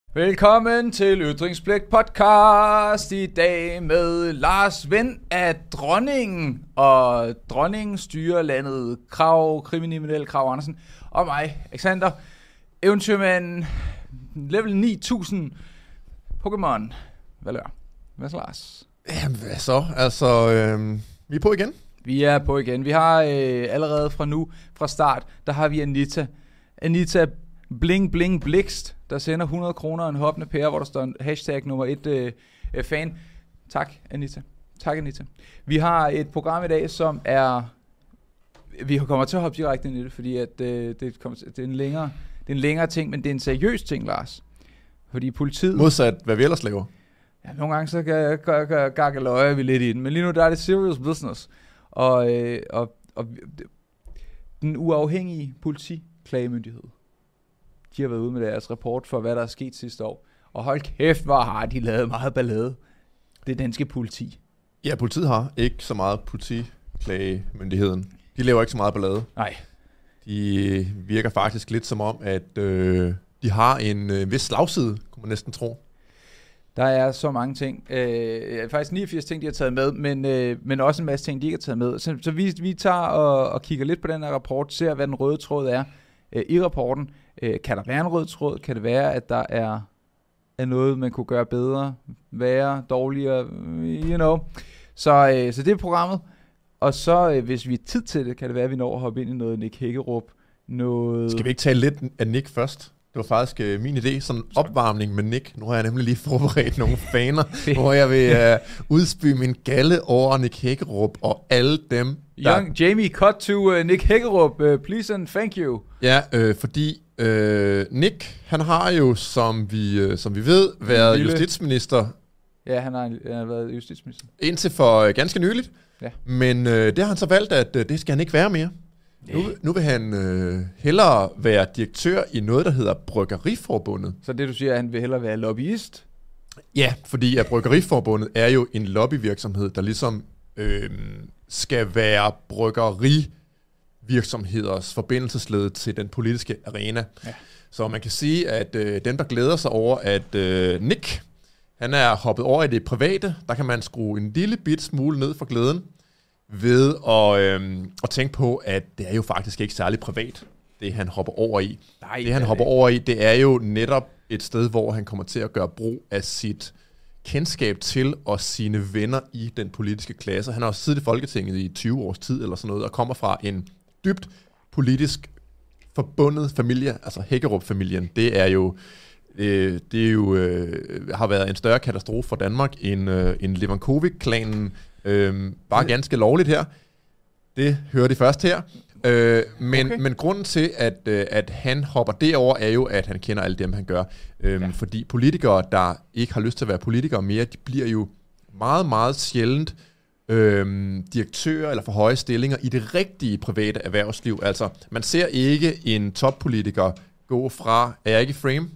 Velkommen til Ytringspligt podcast i dag med Lars, ven af dronningen, og dronningen styrer landet, kriminel Krav Andersen, og mig, Alexander, eventyrmand, level 9000, Pokémon, Valør. Hvad så, Lars? Jamen, hvad så? Altså, vi er på igen. Vi er på igen. Vi har allerede fra start, der har vi Anita Bling Bling Blikst, der sender 100 kroner og en hoppende pære, hvor der står hashtag nummer 1 fan. Tak, Anita. Tak, Anita. Vi har et program i dag, som er... Vi kommer til at hoppe direkte ind i det, fordi at, det er en længere ting, men det er en seriøs ting, Lars. Fordi politiet... Modsat, hvad vi ellers laver. Ja, nogle gange så gakkeløjer vi lidt i den, men lige nu der er det serious business. Og den uafhængige politiklagemyndighed, de har været ude med deres rapport for, hvad der er sket sidste år. Og hold kæft, hvor har de lavet meget ballade. Det danske politi. Ja, politiet har ikke så meget politiklagemyndigheden. De laver ikke så meget ballade. Nej. De virker faktisk lidt som om, at de har en vis slagside, kunne man næsten tro. Der er så mange ting. Faktisk 89 ting, de har taget med, men også en masse ting, de ikke har taget med. Så vi tager og kigger lidt på den her rapport, ser, hvad den røde tråd er i rapporten. Kan der være en rød tråd? Kan det være, at der er noget, man kunne gøre bedre, værre, dårligere, you know. Så det er programmet. Og så, hvis vi har tid til det, kan det være, at vi når at hoppe ind i noget Nick Hækkerup. Skal vi ikke tale lidt af Nick først? Det var faktisk min idé, sådan en opvarmning med Nick. Nu har jeg nemlig lige forberedt nogle faner, hvor jeg vil udspy min galle over Nick Hækkerup og alle dem, der... Young Jamie, cut to Nick Hækkerup, please and thank you. Ja, fordi Nick, han har jo, som vi ved, været justitsminister. Ja, han har været justitsminister. Indtil for ganske nyligt. Ja. Men det har han så valgt, at det skal han ikke være mere. Nu vil han hellere være direktør i noget, der hedder Bryggeriforbundet. Så det du siger, at han vil hellere være lobbyist? Ja, fordi at Bryggeriforbundet er jo en lobbyvirksomhed, der ligesom skal være bryggerivirksomheders forbindelsesled til den politiske arena. Ja. Så man kan sige, at dem, der glæder sig over, at Nick, han er hoppet over i det private, der kan man skrue en lille bit smule ned for glæden ved at tænke på, at det er jo faktisk ikke særlig privat, det han hopper over i. Nej, det han hopper over i, det er jo netop et sted, hvor han kommer til at gøre brug af sit kendskab til og sine venner i den politiske klasse. Han har også siddet i Folketinget i 20 års tid eller sådan noget, og kommer fra en dybt politisk forbundet familie, altså Hækkerup-familien. Det har været en større katastrofe for Danmark end Levankovic-klanen. Bare ganske lovligt her. Det hører de først her. Men grunden til, at han hopper derover, er jo, at han kender alle dem, han gør. Fordi politikere, der ikke har lyst til at være politikere mere, de bliver jo meget, meget sjældent direktører eller for høje stillinger i det rigtige private erhvervsliv. Altså, man ser ikke en toppolitiker gå fra... Er jeg ikke i frame?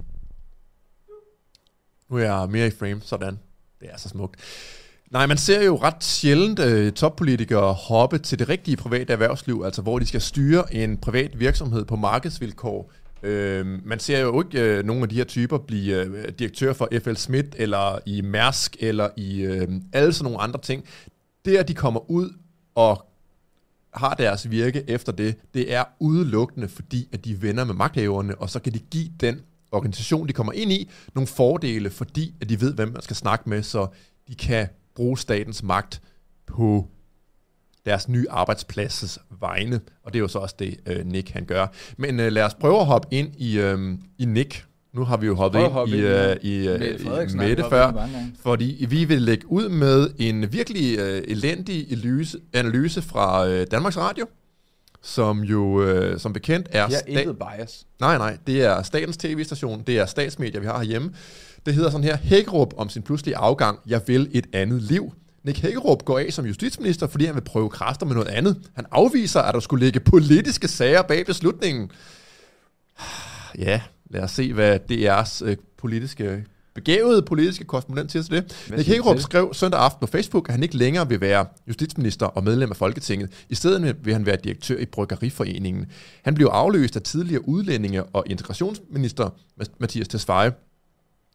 Nu er jeg mere i frame, sådan. Det er så smukt. Nej, man ser jo ret sjældent toppolitikere hoppe til det rigtige private erhvervsliv, altså hvor de skal styre en privat virksomhed på markedsvilkår. Man ser jo ikke nogen af de her typer blive direktør for F.L. Schmidt, eller i Mærsk, eller i alle sådan nogle andre ting. Det, at de kommer ud og har deres virke efter det er udelukkende, fordi at de er venner med magthaverne, og så kan de give den organisation, de kommer ind i, nogle fordele, fordi at de ved, hvem man skal snakke med, så de kan bruge statens magt på deres nye arbejdspladses vegne. Og det er jo så også det, Nick han gør. Men lad os prøve at hoppe ind i Nick. Nu har vi jo hoppet ind i Mette før, fordi vi vil lægge ud med en virkelig elendig analyse fra Danmarks Radio, som jo som bekendt er... Ja, intet bias. Nej, det er statens tv-station, det er statsmedier, vi har herhjemme. Det hedder sådan her: Hækkerup om sin pludselige afgang, jeg vil et andet liv. Nick Hækkerup går af som justitsminister, fordi han vil prøve kræfter med noget andet. Han afviser, at der skulle ligge politiske sager bag beslutningen. Ja, lad os se, hvad DR's begævede politiske korrespondent siger til det. Nick Hækkerup skrev søndag aften på Facebook, at han ikke længere vil være justitsminister og medlem af Folketinget. I stedet vil han være direktør i Bryggeriforeningen. Han blev afløst af tidligere udlændinge- og integrationsminister Mathias Tesfaye.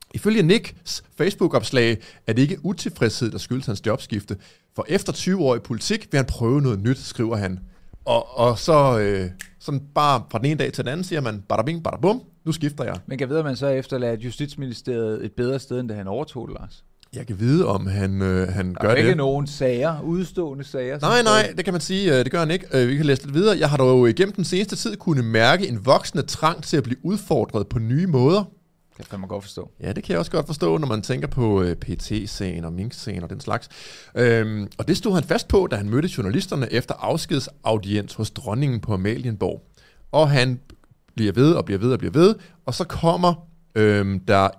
Ifølge Nicks Facebook-opslag er det ikke utilfredshed, der skyldes hans jobskifte. For efter 20 år i politik vil han prøve noget nyt, skriver han. Og så sådan bare fra den ene dag til den anden siger man, bada bing, bada bum, nu skifter jeg. Men kan vide, at man så efterlader Justitsministeriet et bedre sted, end da han overtog det, Lars? Jeg kan vide, om han gør det. Der er ikke nogen sager, udstående sager. Nej, det kan man sige, det gør han ikke. Vi kan læse lidt videre. Jeg har dog igennem den seneste tid kunne mærke en voksende trang til at blive udfordret på nye måder. Det kan man godt forstå. Ja, det kan jeg også godt forstå, når man tænker på PT-sagen og Mink-sagen og den slags. Og det stod han fast på, da han mødte journalisterne efter afskedsaudiens hos dronningen på Amalienborg. Og han bliver ved og bliver ved og bliver ved, og så kommer der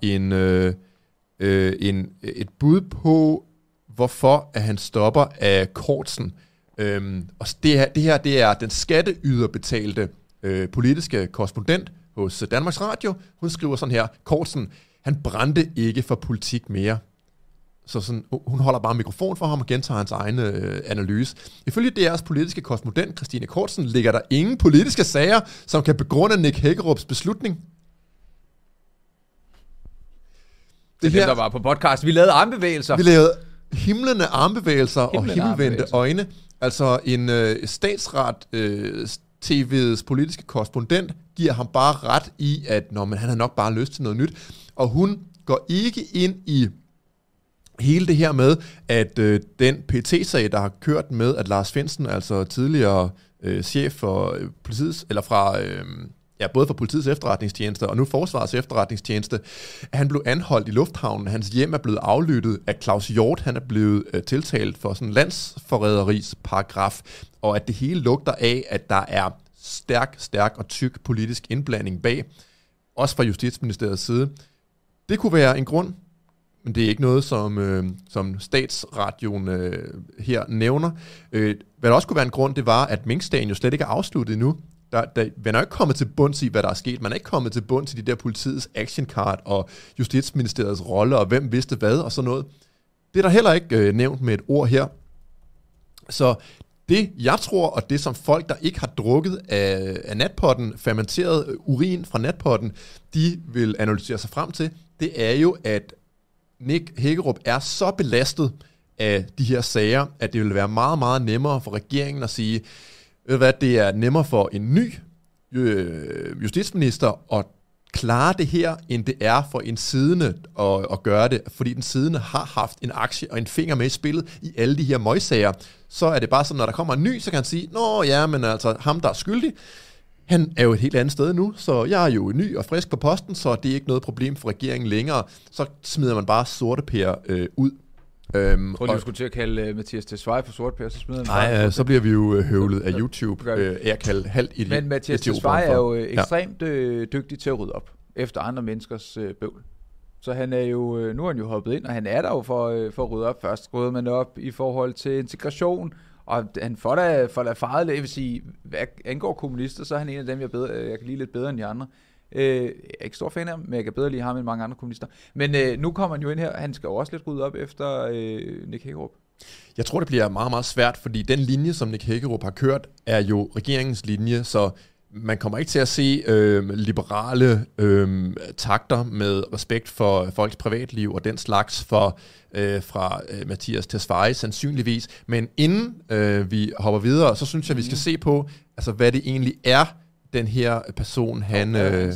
et bud på, hvorfor at han stopper af Kortsen. Og det her er den skatteyderbetalte politiske korrespondent hos Danmarks Radio. Hun skriver sådan her: Kortsen, han brændte ikke for politik mere. Så sådan, hun holder bare mikrofon for ham og gentager hans egen analyse. Ifølge DR's politiske korrespondent Christine Kortsen ligger der ingen politiske sager, som kan begrunde Nick Hækkerups beslutning. Det her, der var på podcast. Vi lavede armbevægelser. Vi lavede himlende armbevægelser og himmelvendte øjne. Altså en statsret TV's politiske korrespondent giver ham bare ret i, at han har nok bare lyst til noget nyt. Og hun går ikke ind i hele det her med, at den PT-sag, der har kørt med, at Lars Findsen, altså tidligere chef for politiets, eller fra både for politiets efterretningstjeneste og nu forsvarets efterretningstjeneste, at han blev anholdt i lufthavnen. Hans hjem er blevet aflyttet, at Claus Hjort, han er blevet tiltalt for sådan en landsforræderisparagraf, og at det hele lugter af, at der er stærk og tyk politisk indblanding bag, også fra Justitsministeriets side. Det kunne være en grund, men det er ikke noget, som Statsradioen her nævner. Hvad der også kunne være en grund, det var, at Mink-sagen jo slet ikke er afsluttet endnu. Man er ikke kommet til bunds i, hvad der er sket. Man er ikke kommet til bunds i de der politiets action card og Justitsministeriets rolle, og hvem vidste hvad og sådan noget. Det er der heller ikke nævnt med et ord her. Så det, jeg tror, og det som folk, der ikke har drukket af natpotten, fermenteret urin fra natpotten, de vil analysere sig frem til, det er jo, at Nick Hækkerup er så belastet af de her sager, at det vil være meget, meget nemmere for regeringen at sige, det er nemmere for en ny justitsminister at klare det her, end det er for en siddende at gøre det, fordi den siddende har haft en aktie og en finger med i spillet i alle de her møgsager. Så er det bare sådan, når der kommer en ny, så kan han sige, men altså ham, der er skyldig, han er jo et helt andet sted nu, så jeg er jo ny og frisk på posten, så det er ikke noget problem for regeringen længere. Så smider man bare sortepærer ud. Jeg tror, du skulle til at kalde Mathias Tesfaye for sortepærer, så smider man nej, så bliver vi jo høvlet af YouTube. Jeg kalder halvt i det. Men Mathias Tesfaye er jo ekstremt dygtig til at rydde op efter andre menneskers bøvl. Så han er jo, nu er han jo hoppet ind, og han er der jo for at rydde op. Først rydder man op i forhold til integration, og han får da faret lidt. Jeg vil sige, hvad angår kommunister, så er han en af dem, jeg kan lide lidt bedre end de andre. Jeg er ikke stor fan af ham, men jeg kan bedre lide ham end mange andre kommunister. Men nu kommer han jo ind her, han skal jo også lidt rydde op efter Nick Hækkerup. Jeg tror, det bliver meget, meget svært, fordi den linje, som Nick Hækkerup har kørt, er jo regeringens linje, så man kommer ikke til at se liberale takter med respekt for folks privatliv og den slags fra Mathias Tesfaye sandsynligvis. Men inden vi hopper videre, så synes jeg, vi skal se på, altså, hvad det egentlig er, den her person, han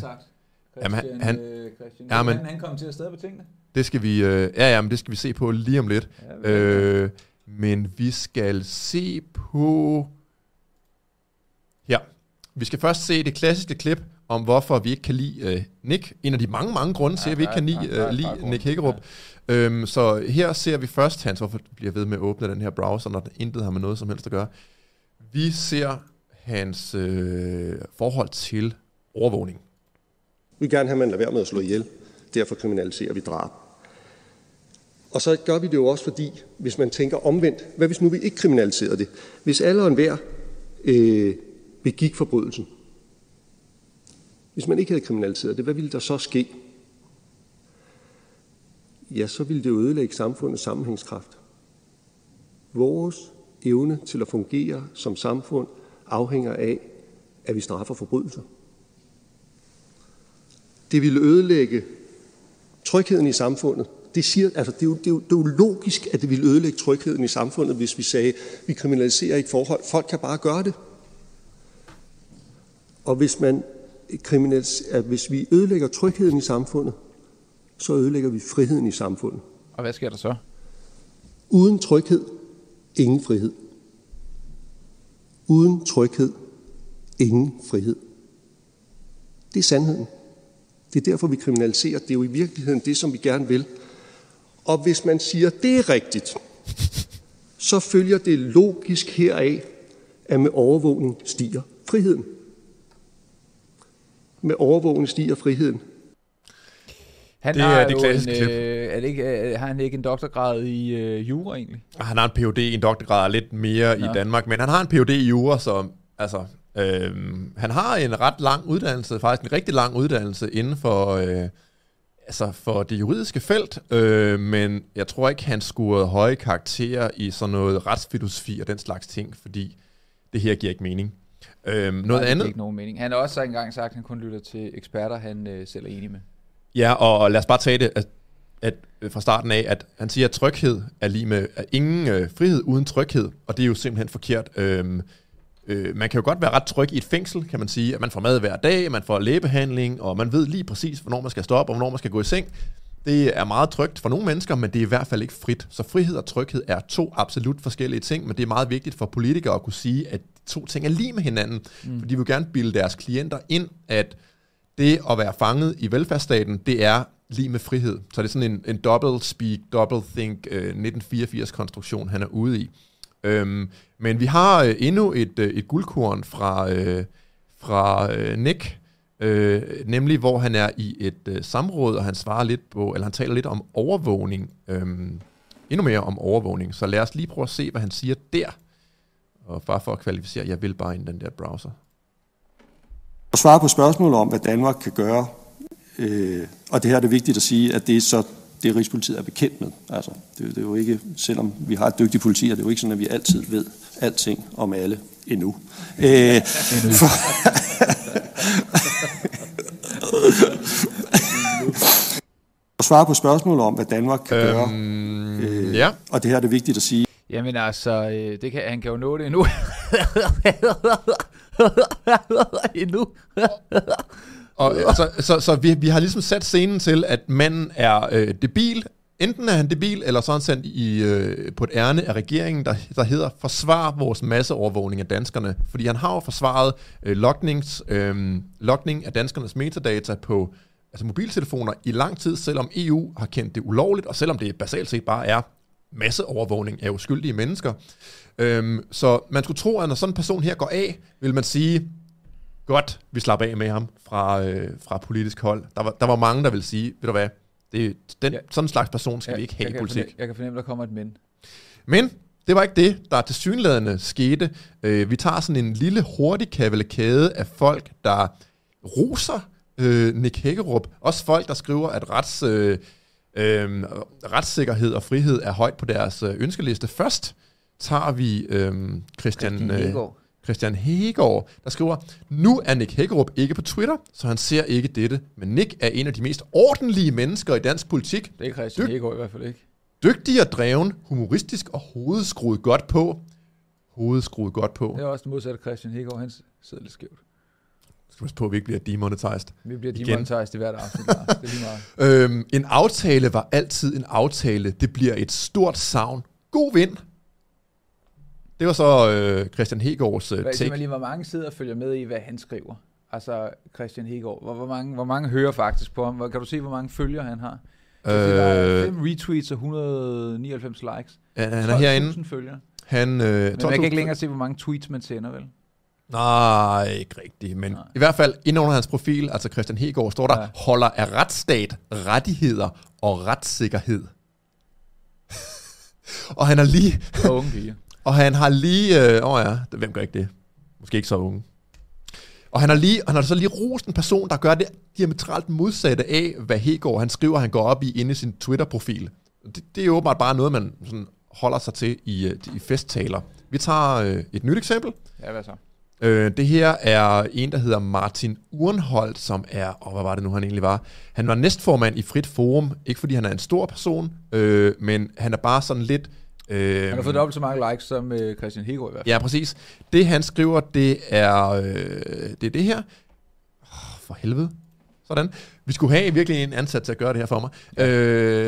kom til at stede på tingene. Det skal vi, men det skal vi se på lige om lidt. Men vi skal se på her. Vi skal først se det klassiske klip om, hvorfor vi ikke kan lide Nick. En af de mange grunde til, at vi ikke kan lide Nick Hækkerup. Så her ser vi først hvorfor bliver ved med at åbne den her browser, når den intet har med noget som helst at gøre. Vi ser hans forhold til overvågning. Vi vil gerne have, at man lader være med at slå ihjel. Derfor kriminaliserer vi drab. Og så gør vi det jo også, fordi hvis man tænker omvendt, hvad hvis nu vi ikke kriminaliserede det? Hvis alle og enhver begik forbrydelsen, hvis man ikke havde kriminaliseret det, hvad ville der så ske? Ja, så ville det ødelægge samfundets sammenhængskraft. Vores evne til at fungere som samfund afhænger af, at vi straffer forbrydelser. Det ville ødelægge trygheden i samfundet. Det er jo logisk, at det ville ødelægge trygheden i samfundet, hvis vi sagde, vi kriminaliserer ikke forhold. Folk kan bare gøre det. Og hvis vi ødelægger trygheden i samfundet, så ødelægger vi friheden i samfundet. Og hvad sker der så? Uden tryghed, ingen frihed. Uden tryghed, ingen frihed. Det er sandheden. Det er derfor, vi kriminaliserer. Det er jo i virkeligheden det, som vi gerne vil. Og hvis man siger, at det er rigtigt, så følger det logisk heraf, at med overvågning stiger friheden. Med overvågning stiger friheden. Han det har er det klassiske klip. Har han ikke en doktorgrad i jura egentlig? Han har en Ph.D. i en doktorgrad lidt mere i Danmark, men han har en Ph.D. i jura, så altså, han har en ret lang uddannelse, faktisk en rigtig lang uddannelse inden for, for det juridiske felt, men jeg tror ikke, han scorede høje karakterer i sådan noget retsfilosofi og den slags ting, fordi det her giver ikke mening. Noget andet. Det ikke nogen mening. Han har også engang sagt, at han kun lytter til eksperter, han selv er enig med. Ja, og lad os bare tage det at fra starten af, at han siger, at tryghed er lige med ingen frihed uden tryghed, og det er jo simpelthen forkert. Man kan jo godt være ret tryg i et fængsel, kan man sige, at man får mad hver dag, man får lægebehandling, og man ved lige præcis, hvornår man skal stoppe, og hvornår man skal gå i seng. Det er meget trygt for nogle mennesker, men det er i hvert fald ikke frit. Så frihed og tryghed er to absolut forskellige ting, men det er meget vigtigt for politikere at kunne sige, at de to ting er lige med hinanden, for de vil gerne bilde deres klienter ind, at det at være fanget i velfærdsstaten, det er lige med frihed. Så det er sådan en double speak, double think 1984-konstruktion, han er ude i. Men vi har endnu et guldkorn fra Nick, nemlig hvor han er i et samråd, og han svarer lidt på, eller han taler lidt om overvågning, endnu mere om overvågning. Så lad os lige prøve at se, hvad han siger der. Og bare for at kvalificere, jeg vil bare ind den der browser. Og svare på spørgsmålet om, hvad Danmark kan gøre, og det her er det vigtigt at sige, at det er så det Rigspolitiet er bekendt med. Altså, det er jo ikke, selvom vi har et dygtigt politi, og det er jo ikke sådan, at vi altid ved alting om alle endnu. Og svare på spørgsmålet om, hvad Danmark kan gøre, ja. Og det her er det vigtigt at sige. Jamen altså, han kan jo nå det endnu. Og så vi har ligesom sat scenen til, at manden er debil. Enten er han debil, eller så er han sendt på et ærne af regeringen, der hedder forsvar vores masseovervågning af danskerne. Fordi han har jo forsvaret logning af danskernes metadata på mobiltelefoner i lang tid, selvom EU har kendt det ulovligt, og selvom det basalt set bare er masseovervågning af uskyldige mennesker. Så man skulle tro, at når sådan en person her går af, vil man sige, godt, vi slapper af med ham fra politisk hold. Der var mange, der vil sige, ved du hvad, sådan en slags person skal vi ikke have i politik. Jeg kan fornemme, der kommer et men. Men det var ikke det, der tilsyneladende skete. Vi tager sådan en lille hurtig kavalkade af folk, der roser Nick Hækkerup. Også folk, der skriver, at retssikkerhed og frihed er højt på deres ønskeliste. Først tager vi Christian Hegaard, der skriver, nu er Nick Hækkerup ikke på Twitter, så han ser ikke dette. Men Nick er en af de mest ordentlige mennesker i dansk politik. Det er Christian Hegaard i hvert fald ikke. Dygtig og dreven, humoristisk og hovedskruet godt på. Det er også det modsatte Christian Hegaard, han sidder lidt skævt. Skal passe på, at vi ikke bliver demonetized. Vi bliver demonetized i hvert afsnit. Det er lige meget. En aftale var altid en aftale. Det bliver et stort savn. God vind. Det var så Christian Hegaards take. Hvor mange sidder og følger med i, hvad han skriver? Altså Christian Hegaard. Hvor mange hører faktisk på ham? Kan du se, hvor mange følgere han har? Der er 5 retweets og 199 likes. Han er herinde. 12.000 følgere. Men man kan ikke længere se, hvor mange tweets man sender, vel? Nej, ikke rigtigt. Men i hvert fald, inde under hans profil, altså Christian Hegaard, står der, holder af retsstat, rettigheder og retssikkerhed. Og han er lige... unge piger. Og han har lige... hvem gør ikke det? Måske ikke så unge. Og han har så lige rost en person, der gør det diametralt modsatte af, hvad Hegaard han skriver, han går op i inde i sin Twitter-profil. Det er jo åbenbart bare noget, man sådan holder sig til i festtaler. Vi tager et nyt eksempel. Ja, hvad så? Det her er en, der hedder Martin Urenholdt, som er, hvad var det nu, han egentlig var? Han var næstformand i Frit Forum, ikke fordi han er en stor person, men han er bare sådan lidt... Han har fået dobbelt så mange likes som Christian Hegaard i hvert fald. Ja, præcis. Det han skriver, det er det her. For helvede. Sådan. Vi skulle have virkelig en ansat til at gøre det her for mig. Ja.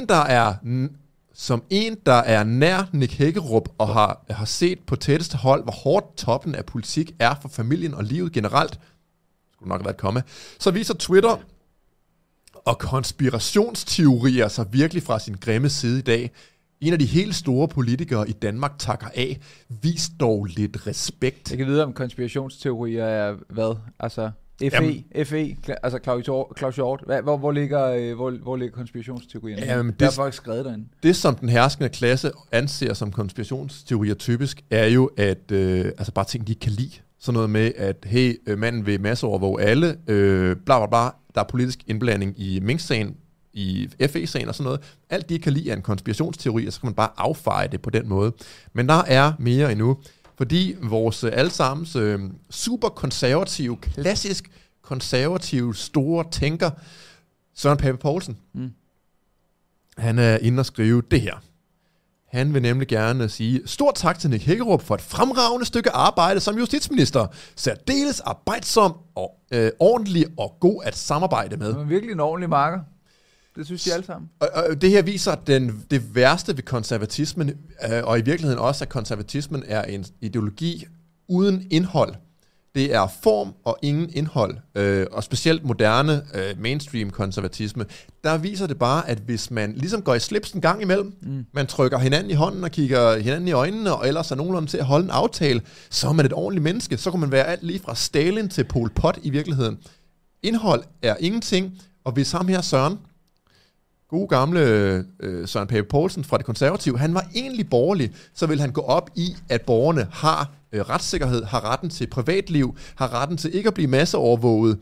Som en, der er nær Nick Hækkerup og har set på tætteste hold, hvor hårdt toppen af politik er for familien og livet generelt, skulle nok have været et komma, så viser Twitter og konspirationsteorier sig virkelig fra sin grimme side i dag. En af de helt store politikere i Danmark takker af. Vis dog lidt respekt. Jeg kan vide, om konspirationsteorier er hvad? Altså... FE, altså Claus Hjort. Hvor ligger konspirationsteorierne? Jamen, der er folk skrevet derinde. Det, som den herskende klasse anser som konspirationsteorier typisk, er jo, at bare ting, de ikke kan lide. Sådan noget med, at hey, manden vil masseovervåge alle, bla bla bla, der er politisk indblanding i Mink-sagen, i FE-sagen og sådan noget. Alt de kan lide er en konspirationsteori, og så kan man bare affeje det på den måde. Men der er mere endnu. Fordi vores allesammens super konservative, klassisk konservative, store tænker, Søren Pape Poulsen, han er inde og skrive det her. Han vil nemlig gerne sige, stort tak til Nick Hækkerup for et fremragende stykke arbejde som justitsminister. Særdeles arbejdsom og ordentlig og god at samarbejde med. Han er virkelig en ordentlig marker. Det synes de alle sammen. Og det her viser det værste ved konservatismen, og i virkeligheden også, at konservatismen er en ideologi uden indhold. Det er form og ingen indhold, og specielt moderne mainstream konservatisme. Der viser det bare, at hvis man ligesom går i slips en gang imellem, man trykker hinanden i hånden og kigger hinanden i øjnene, og ellers er nogenlunde til at holde en aftale, så er man et ordentligt menneske. Så kan man være alt lige fra Stalin til Pol Pot i virkeligheden. Indhold er ingenting, og hvis ham her Søren, gode gamle Søren Pape Poulsen fra Det Konservative, han var egentlig borgerlig, så vil han gå op i, at borgerne har retssikkerhed, har retten til privatliv, har retten til ikke at blive masseovervåget.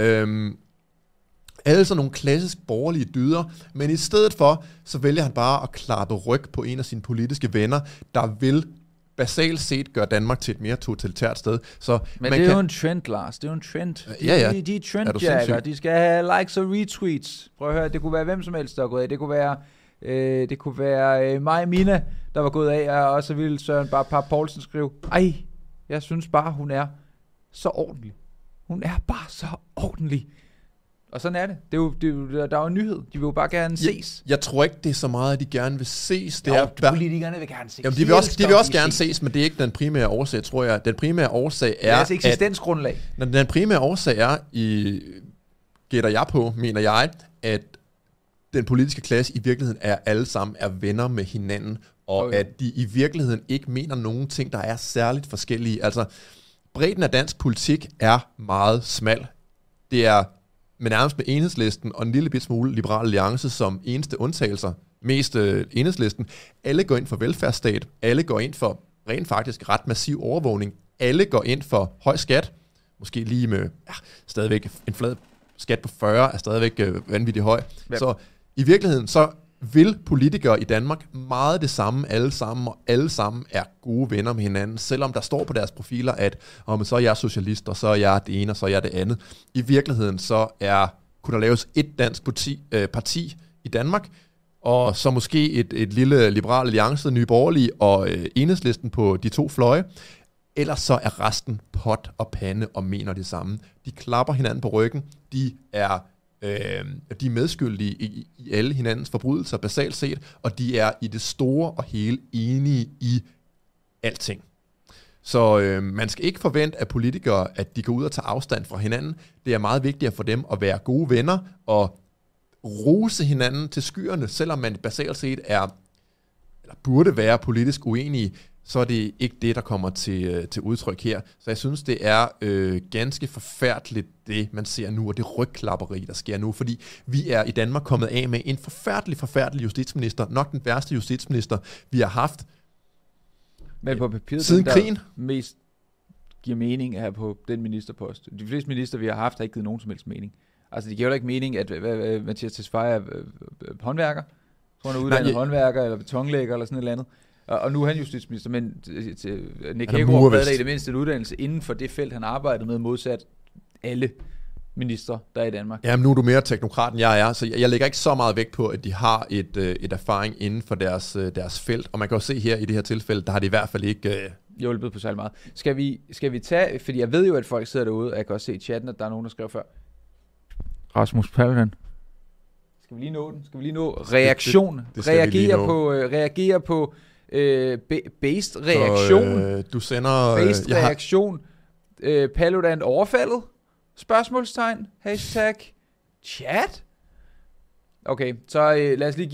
Alle sådan nogle klassisk borgerlige dyder, men i stedet for, så vælger han bare at klappe ryg på en af sine politiske venner, der vil basalt set gøre Danmark til et mere totalitært sted. Så men det er jo en trend, Lars. Det er jo en trend. De er trendjagger. De skal have likes og retweets. Prøv at høre, det kunne være hvem som helst, der er gået af. Det kunne være mig og Mina, der var gået af, og så ville Søren Pape Poulsen skrive, ej, jeg synes bare, hun er så ordentlig. Hun er bare så ordentlig. Og sådan er det. Der er jo en nyhed. De vil jo bare gerne ses. Jeg tror ikke, det er så meget, at de gerne vil ses. Politikerne vil gerne ses. Jamen, de vil også gerne ses, men det er ikke den primære årsag, tror jeg. Den primære årsag er... altså eksistensgrundlag. Den primære årsag er, gætter jeg på, mener jeg, at den politiske klasse i virkeligheden alle sammen er venner med hinanden, og at de i virkeligheden ikke mener nogen ting, der er særligt forskellige. Altså, bredden af dansk politik er meget smal. Det er men nærmest med Enhedslisten og en lille bit smule Liberal Alliance som eneste undtagelser, mest Enhedslisten. Alle går ind for velfærdsstat, alle går ind for rent faktisk ret massiv overvågning, alle går ind for høj skat, måske lige med stadigvæk en flad skat på 40 er stadigvæk vanvittigt høj. Ja. Så i virkeligheden så vil politikere i Danmark meget det samme alle sammen, og alle sammen er gode venner med hinanden, selvom der står på deres profiler, at så er jeg socialist, og så er jeg det ene, og så er jeg det andet. I virkeligheden så kunne der laves et dansk parti i Danmark, og så måske et lille Liberal Alliance, Nye Borgerlige og Enhedslisten på de to fløje. Ellers så er resten pot og pande og mener det samme. De klapper hinanden på ryggen, de er medskyldige i alle hinandens forbrydelser basalt set, og de er i det store og hele enige i alting. Så man skal ikke forvente af politikere, at de går ud og tager afstand fra hinanden. Det er meget vigtigt for dem at være gode venner og rose hinanden til skyerne, selvom man basalt set eller burde være politisk uenige, så er det ikke det, der kommer til udtryk her. Så jeg synes, det er ganske forfærdeligt, det man ser nu, og det rygklapperi, der sker nu, fordi vi er i Danmark kommet af med en forfærdelig justitsminister, nok den værste justitsminister, vi har haft. Men på papiret, siden krigen mest giver mening at have på den ministerpost. De fleste minister, vi har haft, har ikke givet nogen som helst mening. Altså, det giver jo ikke mening, at Mathias Tesfaye er håndværker. Jeg tror, han er uddannet håndværker eller betonlægger eller sådan et eller andet. Og nu er han justitsminister, men Nick Hækkerup havde da i det mindste en uddannelse inden for det felt, han arbejdede med, modsat alle minister, der er i Danmark. Jamen, nu er du mere teknokrat, end jeg er, så jeg lægger ikke så meget vægt på, at de har et erfaring inden for deres felt. Og man kan jo se her i det her tilfælde, der har de i hvert fald ikke hjulpet på særlig meget. Skal vi tage, fordi jeg ved jo, at folk sidder derude, og jeg kan også se i chatten, at der er nogen, der skriver før. Rasmus Paludan. Skal vi lige nå den? Skal vi lige nå reaktion? Reagere på based reaktion. Du sender... Based reaktion. Paludan overfaldet? Spørgsmålstegn? Hashtag chat? Okay, så lad os lige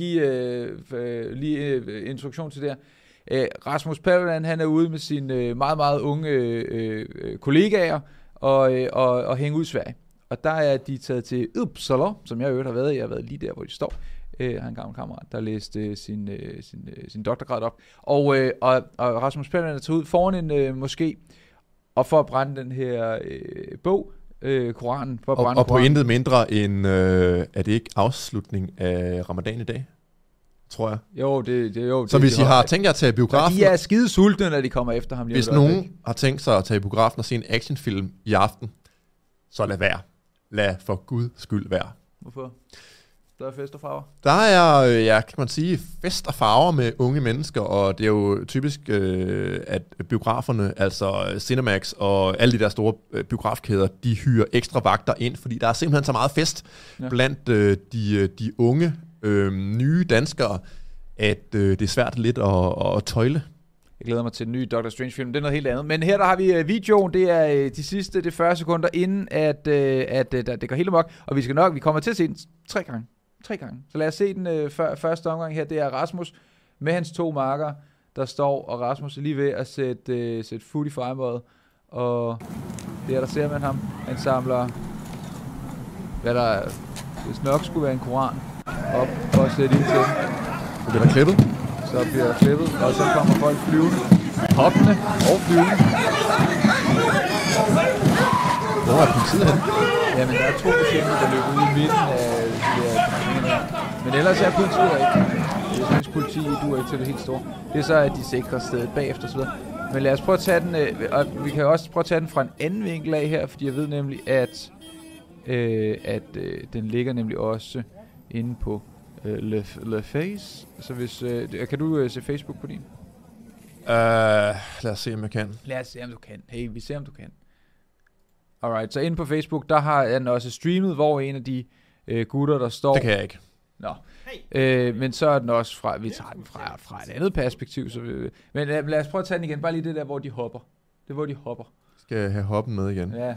give introduktion til det her. Rasmus Paludan, han er ude med sine meget, meget unge kollegaer og hænge ud i Sverige. Og der er de taget til Uppsala, som jeg har været i. Jeg har været lige der, hvor de står. Jeg har en gammel kammerat, der læste sin doktorgrad op. Og Rasmus Paludan er taget ud foran en moské, og for at brænde den her bog, Koranen. For at brænde og på intet mindre end, er det ikke afslutning af ramadan i dag? Tror jeg. Jo, så hvis I har tænkt jer at tage i biografen... De er skide sultne, når de kommer efter ham. Hvis nogen har tænkt sig at tage i biografen og se en actionfilm i aften, så lad være. Lad for Guds skyld være. Hvorfor? Der er fest og farver? Der er, kan man sige, fest og farver med unge mennesker, og det er jo typisk, at biograferne, altså Cinemax og alle de der store biografkæder, de hyrer ekstra vagter ind, fordi der er simpelthen så meget fest blandt de unge, nye danskere, at det er svært lidt at tøjle. Jeg glæder mig til den nye Doctor Strange-film. Det er noget helt andet. Men her der har vi videoen. Det er de 40 sekunder inden, at det går helt amok. Og vi kommer til at se den 3 gange. 3 gange. Så lad os se den første omgang her. Det er Rasmus med hans 2 marker, der står. Og Rasmus er lige ved at sætte fod i fejmåret. Og der ser man ham. Han samler, hvad der hvis nok skulle være en koran, op for at sætte ind til den. Så bliver der klippet. Så bliver der klippet, og så kommer folk flyvende, hoppende og flyvende. Hvor er politiet hen? Jamen, der er 2 patienter, der løber ud i midten af de her. Men ellers er politiet ikke. Det er svensk politi, du er ikke til det helt store. Det er så, at de sikrer stedet bagefter osv. Men lad os prøve at tage den, og vi kan også prøve at tage den fra en anden vinkel af her, fordi jeg ved nemlig, at den ligger nemlig også inde på Le Face. Så hvis kan du se Facebook på din? Lad os se om jeg kan. Lad os se om du kan. Hey, vi ser om du kan. Alright, så inde på Facebook, der har den også streamet, hvor en af de gutter, der står... Det kan jeg ikke. Nå. Men så er den også fra... Vi tager den fra et andet perspektiv. Så men lad os prøve at tage den igen. Bare lige det der, hvor de hopper. Det er, hvor de hopper. Skal jeg have hoppen med igen? Ja.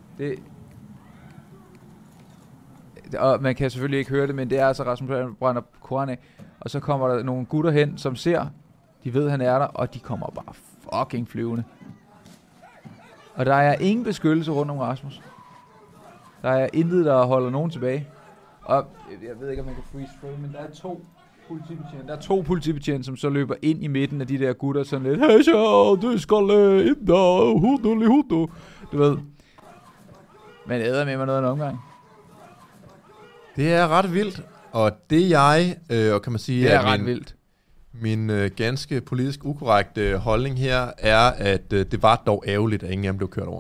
Og man kan selvfølgelig ikke høre det, men det er altså Rasmus brænder koran af. Og så kommer der nogle gutter hen, som ser, de ved, han er der, og de kommer bare fucking flyvende. Og der er ingen beskyttelse rundt om Rasmus. Der er intet, der holder nogen tilbage. Og jeg ved ikke, om man kan freeze frame, men der er 2 politibetjente. Der er 2 politibetjente, som så løber ind i midten af de der gutter, sådan lidt, hey, du skal ind der, hudu. Du ved. Men æder med mig noget af en omgang. Det er ret vildt, og det jeg, og kan man sige, det er ret vildt. Min ganske politisk ukorrekte holdning her er, at det var dog ærgerligt, at ingen af dem blev kørt over.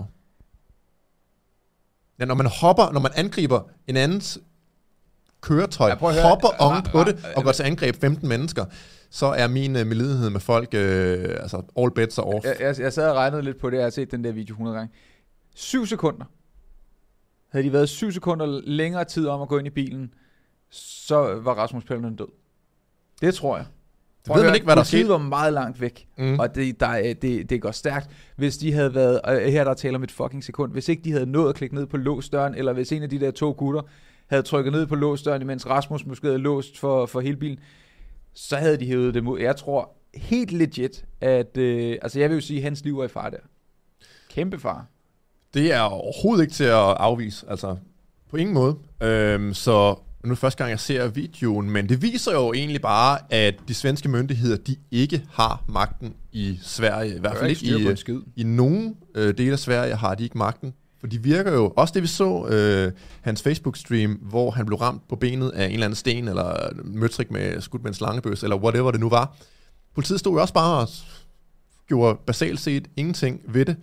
Ja, når man angriber en andens køretøj, hopper oven på det og går til angreb 15 mennesker, så er min medlidenhed med folk, altså all bets are off. Jeg sad og regnede lidt på det, jeg har set den der video 100 gange. 7 sekunder. Havde de været 7 sekunder længere tid om at gå ind i bilen, så var Rasmus Paludan død. Det tror jeg. Det ved man ikke, hvad der skete. Politiet var meget langt væk, og det går stærkt. Hvis de havde været, her der taler om et fucking sekund, hvis ikke de havde nået at klikke ned på låsdøren, eller hvis en af de der 2 gutter havde trykket ned på låsdøren, imens Rasmus måske havde låst for hele bilen, så havde de hævet det ud. Jeg tror helt legit, at altså jeg vil jo sige, at hans liv er i fare der. Kæmpe fare. Det er overhovedet ikke til at afvise, altså på ingen måde. Så nu er det første gang, jeg ser videoen, men det viser jo egentlig bare, at de svenske myndigheder, de ikke har magten i Sverige. I hvert fald ikke i nogen dele af Sverige har de ikke magten. For de virker jo, også det vi så, hans Facebook-stream, hvor han blev ramt på benet af en eller anden sten, eller møtrik med skudt med en slangebøs, eller whatever det nu var. politiet stod jo også bare og gjorde basalt set ingenting ved det.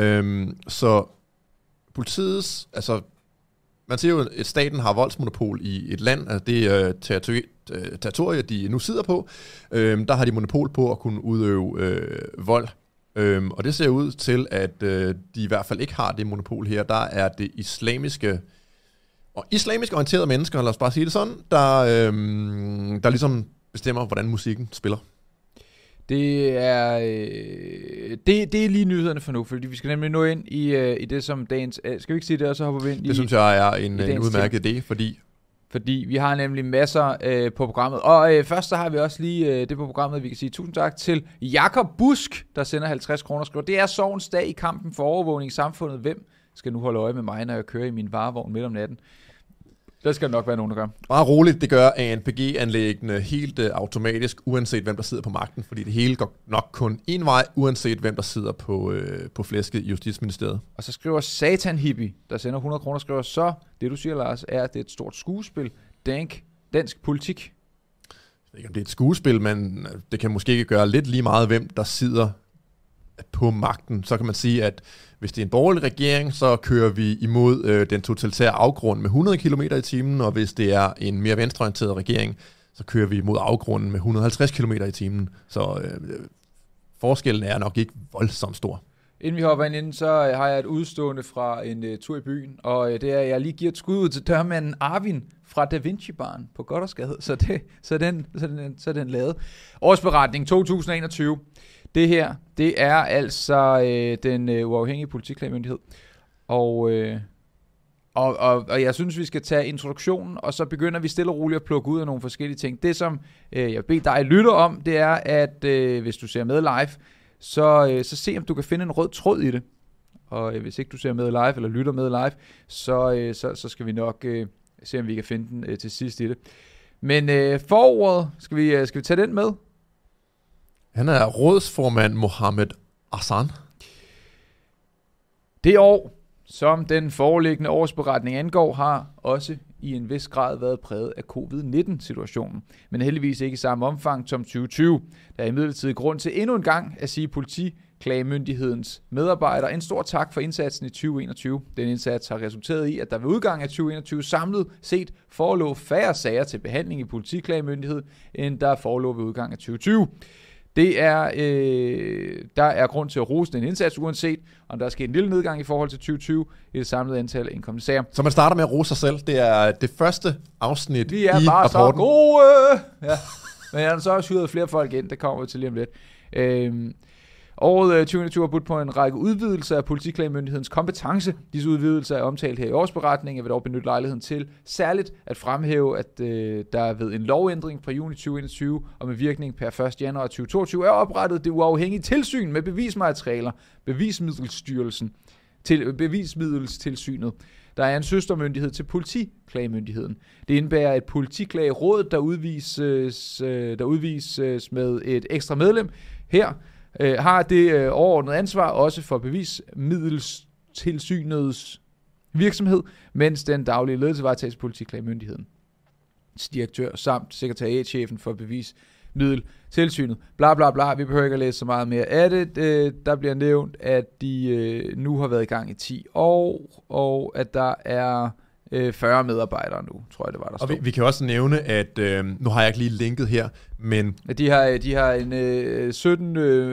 Så politiets, altså man siger jo, at staten har voldsmonopol i et land, altså det territorier, de nu sidder på, der har de monopol på at kunne udøve vold. Og det ser ud til, at de i hvert fald ikke har det monopol her. Der er det islamisk orienterede mennesker, lad os bare sige det sådan, der ligesom bestemmer, hvordan musikken spiller. Det er lige nyhederne for nu, fordi vi skal nemlig nå ind i det, som dagens... Skal vi ikke sige det, og så hopper vi ind det synes jeg er en udmærket idé, fordi vi har nemlig masser på programmet. Og først så har vi også lige det på programmet, vi kan sige tusind tak til Jakob Busk, der sender 50 kroner. Skriver, det er sorgens dag i kampen for overvågning i samfundet. Hvem skal nu holde øje med mig, når jeg kører i min varevogn midt om natten? Det skal nok være nogen, der gør. Meget roligt, det gør ANPG-anlæggene helt automatisk, uanset hvem der sidder på magten, fordi det hele går nok kun en vej, uanset hvem der sidder på flæsket i Justitsministeriet. Og så skriver Satan Hippie, der sender 100 kroner, skriver så, det du siger, Lars, er, at det er et stort skuespil. Dansk politik. Jeg ved ikke, om det er et skuespil, men det kan måske ikke gøre lidt lige meget, hvem der sidder på magten. Så kan man sige, at hvis det er en borgerlig regering, så kører vi imod den totalitære afgrund med 100 km i timen, og hvis det er en mere venstreorienteret regering, så kører vi imod afgrunden med 150 km i timen. Så forskellen er nok ikke voldsomt stor. Inden vi hopper ind, så har jeg et udstående fra en tur i byen, og det er, at jeg lige giver et skud ud til dørmanden Arvin fra Da Vinci-baren på Gothersgade, så den lavet. Årsberetning 2021. Det her, det er altså den uafhængige politikklagemyndighed. Og jeg synes, vi skal tage introduktionen, og så begynder vi stille og roligt at plukke ud af nogle forskellige ting. Det, som jeg beder dig lytte om, det er, at hvis du ser med live, så se, om du kan finde en rød tråd i det. Og hvis ikke du ser med live, eller lytter med live, så skal vi nok se, om vi kan finde den til sidst i det. Men forordet, skal vi tage den med? Han er rådsformand Mohammed Hassan. Det år, som den foreliggende årsberetning angår, har også i en vis grad været præget af covid-19-situationen, men heldigvis ikke i samme omfang som 2020. Der er imidlertid grund til endnu en gang at sige politiklagemyndighedens medarbejdere en stor tak for indsatsen i 2021. Den indsats har resulteret i, at der ved udgangen af 2021 samlet set forelå færre sager til behandling i politiklagemyndighed, end der forelå ved udgangen af 2020. Der er grund til at rose den indsats, uanset om der er sket en lille nedgang i forhold til 2020 i det samlede antal af indkommende sager. Så man starter med at rose sig selv. Det er det første afsnit i rapporten. Vi er bare så gode! Ja. Men jeg har så også hyret flere folk ind, det kommer vi til lige om lidt. Året 2021 har budt på en række udvidelser af politiklagemyndighedens kompetence. Disse udvidelser er omtalt her i årsberetningen. Jeg vil dog benytte lejligheden til særligt at fremhæve, at der ved en lovændring fra juni 2021 og med virkning per 1. januar 2022 er oprettet det uafhængige tilsyn med bevismaterialer, Bevismiddelstilsynet. Der er en søstermyndighed til politiklagemyndigheden. Det indebærer et politiklageråd, der udvises med et ekstra medlem. Her har det overordnede ansvar også for bevismiddelstilsynets virksomhed, mens den daglige ledelse varetages politiklagemyndigheden. Direktør samt sekretariatschefen for bevismiddeltilsynet. Bla bla bla, vi behøver ikke at læse så meget mere af det. Der bliver nævnt, at de nu har været i gang i 10 år, og at der er 40 medarbejdere nu, tror jeg det var, der stod. Og vi kan også nævne, at nu har jeg ikke lige linket her, men de har en 17,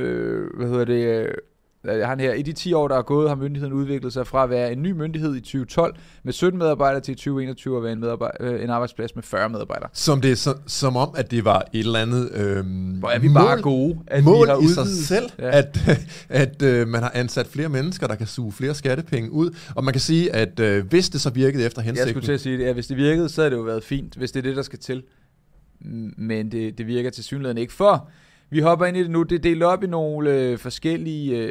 han her, i de 10 år, der er gået, har myndigheden udviklet sig fra at være en ny myndighed i 2012 med 17 medarbejdere til 2021 at være en arbejdsplads med 40 medarbejdere. Som om, at det var et eller andet hvor er vi bare gode, at mål vi har i sig selv, ja. at man har ansat flere mennesker, der kan suge flere skattepenge ud. Og man kan sige, at hvis det så virkede efter hensigten... Jeg skulle til at sige det, hvis det virkede, så havde det jo været fint, hvis det er det, der skal til. Men det virker tilsyneladende ikke for... Vi hopper ind i det nu. Det er delt op i nogle forskellige,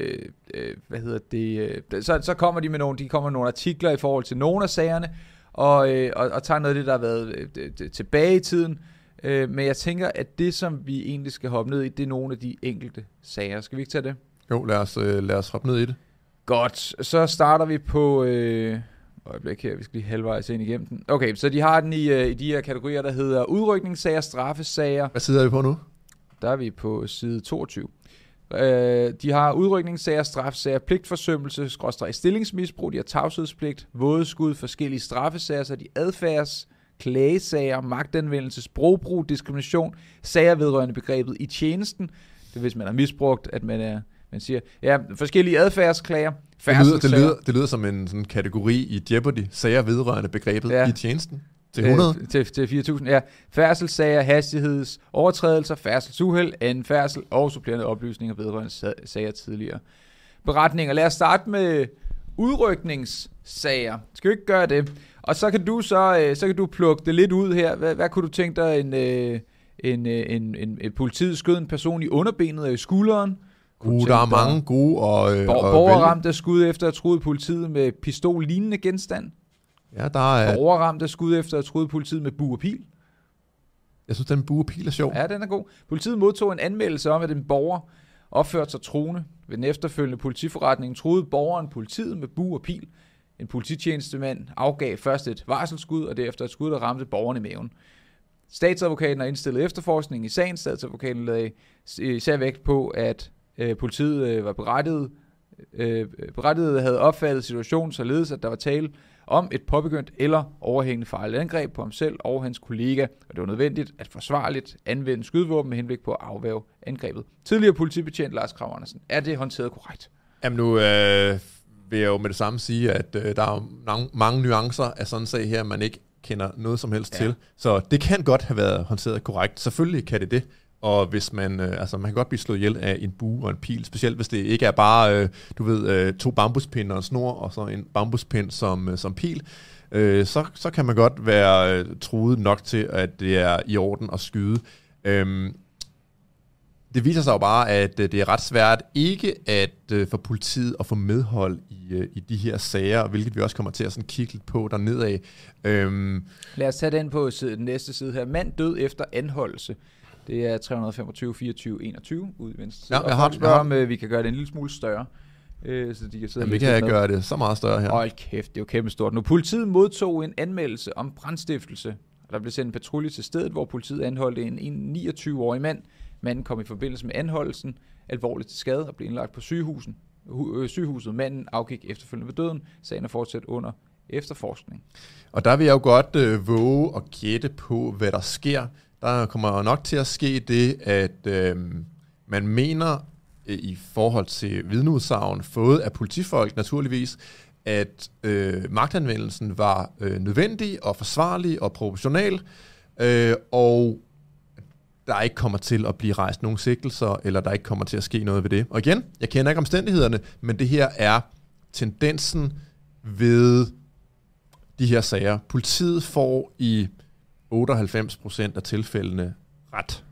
så kommer de med nogle artikler i forhold til nogle af sagerne, og tager noget af det, der har været tilbage i tiden. Men jeg tænker, at det, som vi egentlig skal hoppe ned i, det er nogle af de enkelte sager. Skal vi ikke tage det? Jo, lad os hoppe ned i det. Godt. Så starter vi på... øjeblik her, vi skal lige halvvejs ind igennem den. Okay, så de har den i de her kategorier, der hedder udrykningssager, straffesager. Hvad sidder vi på nu? Der er vi på side 22. De har udrykningssager, strafsager, pligtforsømmelse, stillingsmisbrug, de har tavshedspligt, vådeskud, forskellige straffesager, så de adfærds, klagesager, magtanvendelse, sprogbrug, diskrimination, sager vedrørende begrebet i tjenesten. Det er, hvis man har misbrugt, at man siger, ja, forskellige adfærdsklager, det lyder som en sådan kategori i Jeopardy, sager vedrørende begrebet i tjenesten. Til 100? Til 4.000, ja. Færdselssager, hastighedsovertrædelser, færdselsuheld, anden færdsel og supplerende oplysninger vedrørende sager tidligere. Beretninger. Lad os starte med udrykningssager. Skal vi ikke gøre det? Og så kan du plukke det lidt ud her. Hvad kunne du tænke dig, en politiet skød en person i underbenet og i skulderen? Der er mange gode borger ramt af skud efter at truede politiet med pistol-lignende genstand. Ja, der er... Borger ramt af skud efter at truede politiet med bue og pil. Jeg synes, den bue og pil er sjov. Ja, den er god. Politiet modtog en anmeldelse om, at en borger opførte sig truende. Ved den efterfølgende politiforretning truede borgeren politiet med bue og pil. En polititjenestemand afgav først et varselsskud, og derefter et skud, der ramte borgeren i maven. Statsadvokaten har indstillet efterforskning i sagen. Statsadvokaten lagde især vægt på, at politiet var berettiget havde opfattet situationen således, at der var tale om et påbegyndt eller overhængende farligt angreb på ham selv og hans kollega, og det var nødvendigt at forsvarligt anvende skydevåben med henblik på at afværge angrebet. Tidligere politibetjent Lars Krag Andersen. Er det håndteret korrekt? Jamen nu vil jeg jo med det samme sige, at der er mange nuancer af sådan en sag her, man ikke kender noget som helst til. Så det kan godt have været håndteret korrekt. Selvfølgelig kan det. Og hvis man kan godt blive slået ihjel af en bue og en pil, specielt hvis det ikke er bare, 2 bambuspinde og en snor, og så en bambuspind som pil, så kan man godt være truet nok til, at det er i orden at skyde. Det viser sig jo bare, at det er ret svært ikke at få politiet at få medhold i de her sager, hvilket vi også kommer til at sådan kigge lidt på dernedad. Lad os tage den på den næste side her. Mand død efter anholdelse. Det er 325, 24, 21 ude i venstre side. Ja, jeg har om vi kan gøre det en lille smule større. Så de kan sidde vi kan gøre det så meget større her. Hold kæft, det er jo kæmpe stort. Nu politiet modtog en anmeldelse om brandstiftelse. Der blev sendt en patrulje til stedet, hvor politiet anholdte en 29-årig mand. Manden kom i forbindelse med anholdelsen alvorligt til skade og blev indlagt på sygehuset. Manden afgik efterfølgende ved døden. Sagen er fortsat under efterforskning. Og der vil jeg jo godt våge at gætte på, hvad der sker. Der kommer nok til at ske det, at man mener i forhold til vidneudsagn fået af politifolk naturligvis, at magtanvendelsen var nødvendig og forsvarlig og proportional, og der ikke kommer til at blive rejst nogen sigtelser, eller der ikke kommer til at ske noget ved det. Og igen, jeg kender ikke omstændighederne, men det her er tendensen ved de her sager. Politiet får i 98% af tilfældene ret.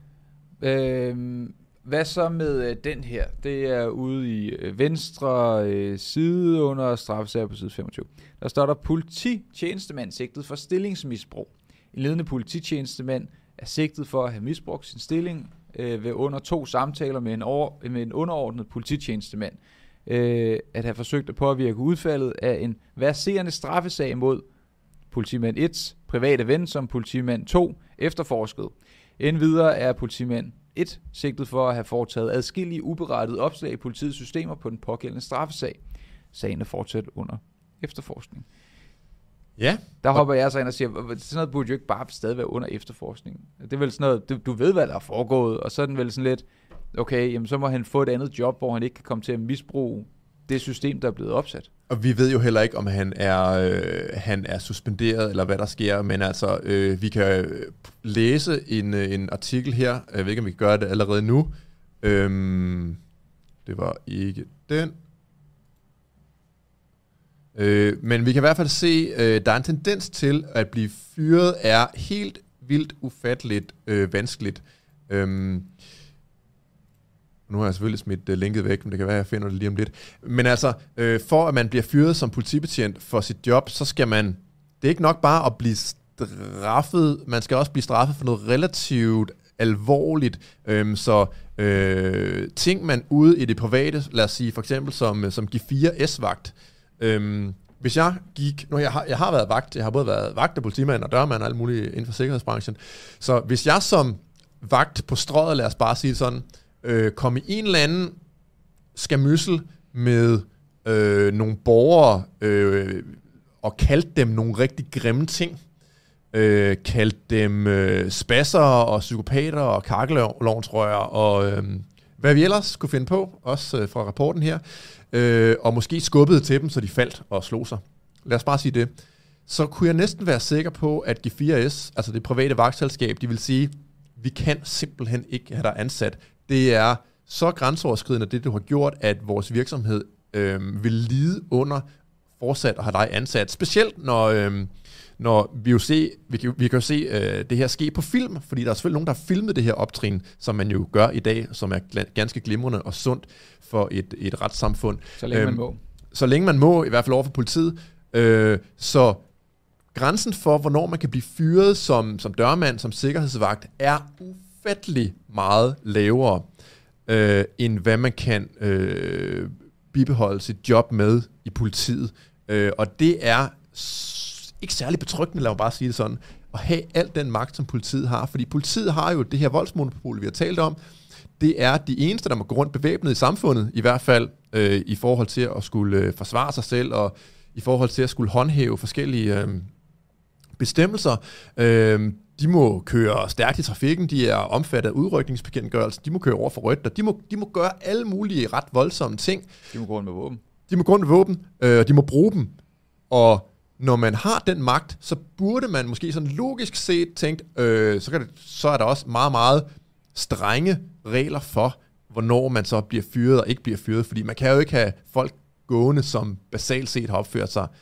Hvad så med den her? Det er ude i venstre side under straffesager på side 25. Der står der polititjenestemand sigtet for stillingsmisbrug. En ledende polititjenestemand er sigtet for at have misbrugt sin stilling ved under 2 samtaler med en underordnet polititjenestemand. At have forsøgt at påvirke udfaldet af en verserende straffesag mod politimand 1's private ven, som politimand 2 efterforsket. Endvidere er politimand 1 sigtet for at have foretaget adskillige uberettede opslag i politiets systemer på den pågældende straffesag. Sagen er fortsat under efterforskning. Ja. Der hopper jeg så ind og siger, sådan noget burde jo ikke bare stadig være under efterforskning. Det er vel sådan noget, du ved, hvad der er foregået, og så er den vel sådan lidt, okay, jamen så må han få et andet job, hvor han ikke kan komme til at misbruge det system, der er blevet opsat. Og vi ved jo heller ikke, om han er suspenderet, eller hvad der sker, men altså, vi kan læse en artikel her, jeg ved ikke, om vi kan gøre det allerede nu. Det var ikke den. Men vi kan i hvert fald se, der er en tendens til at blive fyret er helt vildt ufatteligt vanskeligt. Nu har jeg selvfølgelig smidt linket væk, men det kan være, at jeg finder det lige om lidt. Men altså, for at man bliver fyret som politibetjent for sit job, så skal man, det er ikke nok bare at blive straffet, man skal også blive straffet for noget relativt alvorligt. Så ting man ude i det private, lad os sige for eksempel som G4S-vagt, hvis jeg gik, jeg har været vagt, jeg har både været vagt og politimand og dørmand og alt muligt inden for sikkerhedsbranchen, så hvis jeg som vagt på strøget, lad os bare sige sådan, kom i en eller anden skamyssel med nogle borgere og kaldte dem nogle rigtig grimme ting. Kaldte dem spasser og psykopater og kakkelovnsrører og hvad vi ellers kunne finde på, også fra rapporten her, og måske skubbede til dem, så de faldt og slog sig. Lad os bare sige det. Så kunne jeg næsten være sikker på, at G4S, altså det private vagtselskab, de vil sige, vi kan simpelthen ikke have dig ansat. Det er så grænseoverskridende, det du har gjort, at vores virksomhed vil lide under fortsat at have dig ansat. Specielt når vi kan jo se det her ske på film, fordi der er selvfølgelig nogen, der har filmet det her optrin, som man jo gør i dag, som er ganske glimrende og sundt for et retssamfund. Så længe man må. Så længe man må, i hvert fald over for politiet. Så grænsen for, hvornår man kan blive fyret som dørmand, som sikkerhedsvagt, er ufattelig meget lavere, end hvad man kan bibeholde sit job med i politiet. Og det er ikke særlig betryggende, lad mig bare sige det sådan, at have al den magt, som politiet har. Fordi politiet har jo det her voldsmonopol, vi har talt om. Det er de eneste, der må gå rundt bevæbnet i samfundet, i hvert fald i forhold til at skulle forsvare sig selv, og i forhold til at skulle håndhæve forskellige bestemmelser. De må køre stærkt i trafikken, de er omfattet af udrykningsbekendtgørelsen, de må køre over for rødt, og de må gøre alle mulige ret voldsomme ting. De må gå rundt med våben. Og de må bruge dem. Og når man har den magt, så burde man måske sådan logisk set tænkt, så er der også meget, meget strenge regler for, hvornår man så bliver fyret og ikke bliver fyret, fordi man kan jo ikke have folk gående, som basalt set har opført sig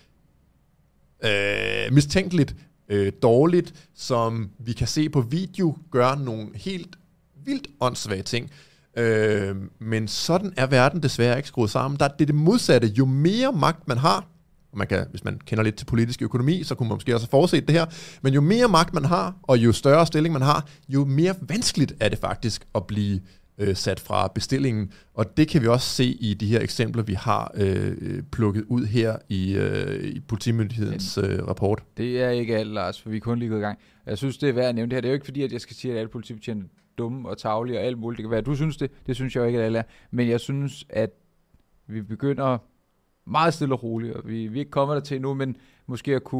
mistænkeligt dårligt, som vi kan se på video, gør nogle helt vildt åndssvage ting. Men sådan er verden desværre ikke skruet sammen. Det er det modsatte. Jo mere magt man har, og man kan, hvis man kender lidt til politisk økonomi, så kunne man måske også have forudset det her, men jo mere magt man har, og jo større stilling man har, jo mere vanskeligt er det faktisk at blive sat fra bestillingen. Og det kan vi også se i de her eksempler, vi har plukket ud her i politimyndighedens rapport. Det er ikke alt, Lars, for vi er kun lige gået i gang. Jeg synes, det er værd at nævne det her. Det er jo ikke fordi, at jeg skal sige, at alle politibetjente er dumme og tarvelige og alt muligt. Det kan være, du synes det. Det synes jeg jo ikke, at alle er. Men jeg synes, at vi begynder meget stille og roligt, og vi er ikke kommet der til endnu, men måske at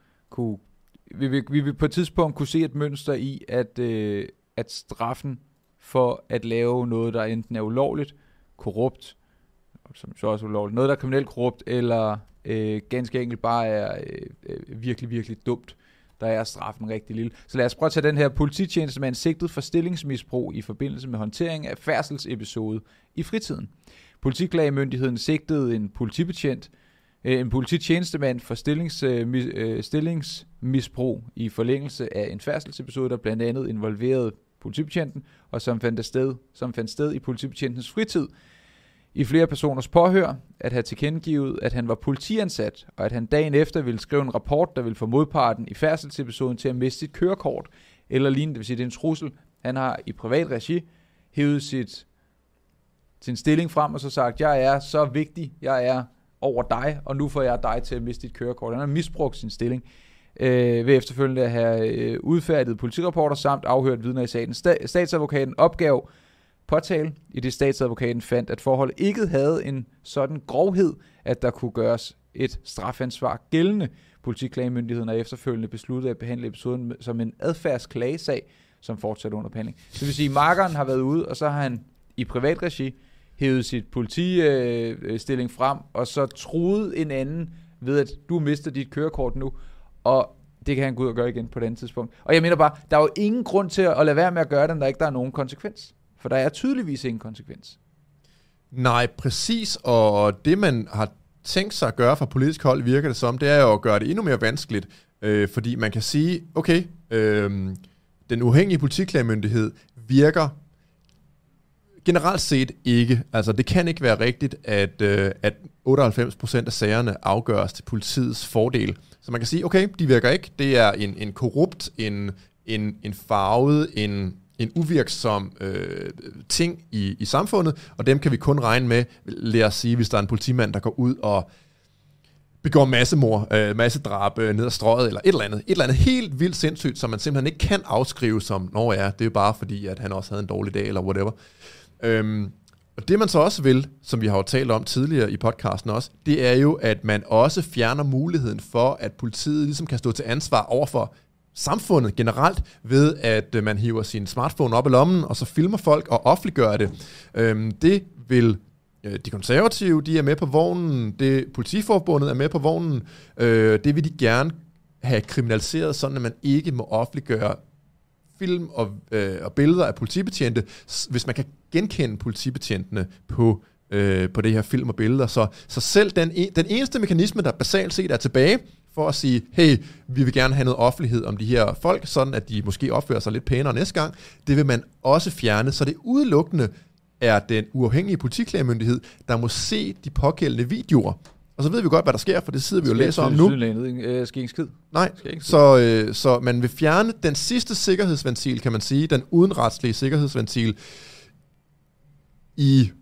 vi vil på et tidspunkt kunne se et mønster i, at straffen for at lave noget, der enten er ulovligt, korrupt, som så også er ulovligt, noget, der er kriminelt korrupt, eller ganske enkelt bare er virkelig, virkelig dumt, der er straffen rigtig lille. Så lad os prøve at tage den her polititjenestemand sigtet for stillingsmisbrug i forbindelse med håndtering af færdselsepisode i fritiden. Politiklagemyndigheden sigtede en polititjenestemand for stillingsmisbrug i forlængelse af en færdselsepisode, der blandt andet involverede politibetjenten, og som fandt sted i politibetjentens fritid. I flere personers påhør at have tilkendegivet, at han var politiansat, og at han dagen efter ville skrive en rapport, der ville få modparten i færdselsepisoden til at miste sit kørekort, eller lignende, det vil sige, det er en trussel. Han har i privat regi hævet sin stilling frem og så sagt, jeg er så vigtig, jeg er over dig, og nu får jeg dig til at miste dit kørekort. Han har misbrugt sin stilling ved efterfølgende at have udfærdiget politirapporter samt afhørt vidner i sagen. Statsadvokaten opgav påtale, i det statsadvokaten fandt, at forholdet ikke havde en sådan grovhed, at der kunne gøres et strafansvar gældende. Politiklagemyndigheden har efterfølgende besluttet at behandle episoden som en adfærdsklagesag, som fortsat under behandling. Det vil sige, at markeren har været ude, og så har han i privat regi hævet sit politistilling frem, og så truede en anden ved, at du mister dit kørekort nu, og det kan han gå ud og gøre igen på et andet tidspunkt. Og jeg mener bare, der er jo ingen grund til at lade være med at gøre det, når der er nogen konsekvens. For der er tydeligvis ingen konsekvens. Nej, præcis, og det man har tænkt sig at gøre fra politisk hold, virker det som, det er jo at gøre det endnu mere vanskeligt, fordi man kan sige, okay, den uafhængige politiklagemyndighed virker generelt set ikke. Altså, det kan ikke være rigtigt, at 98% af sagerne afgøres til politiets fordel. Så man kan sige, okay, de virker ikke. Det er en korrupt, en farvet, en uvirksom ting i samfundet, og dem kan vi kun regne med, lad os sige, hvis der er en politimand, der går ud og begår massedrab ned ad strøget, eller et eller andet helt vildt sindssygt, som man simpelthen ikke kan afskrive som, det er jo bare fordi, at han også havde en dårlig dag, eller whatever. Og det man så også vil, som vi har jo talt om tidligere i podcasten også, det er jo, at man også fjerner muligheden for, at politiet ligesom kan stå til ansvar overfor samfundet generelt, ved at man hiver sin smartphone op i lommen, og så filmer folk og offentliggør det. Det vil de konservative, de er med på vognen, det politiforbundet er med på vognen, det vil de gerne have kriminaliseret, sådan at man ikke må offentliggøre film og billeder af politibetjente, hvis man kan genkende politibetjentene på det her film og billeder. Så selv den eneste mekanisme, der basalt set er tilbage, for at sige, hey, vi vil gerne have noget offentlighed om de her folk, sådan at de måske opfører sig lidt pænere næste gang, det vil man også fjerne, så det udelukkende er den uafhængige politiklagemyndighed, der må se de pågældende videoer. Og så ved vi godt, hvad der sker, for det sidder vi jo og læser om nu. Skal ikke skid. Nej, så man vil fjerne den sidste sikkerhedsventil, kan man sige, den udenretslige sikkerhedsventil i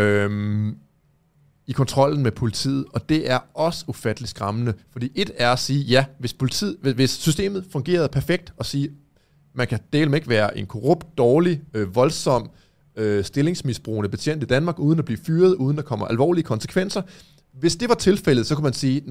kontrollen med politiet, og det er også ufatteligt skræmmende, fordi et er at sige, ja, hvis systemet fungerede perfekt, og sige, man kan dele med ikke være en korrupt, dårlig, voldsom, stillingsmisbrugende betjent i Danmark, uden at blive fyret, uden at komme alvorlige konsekvenser. Hvis det var tilfældet, så kunne man sige,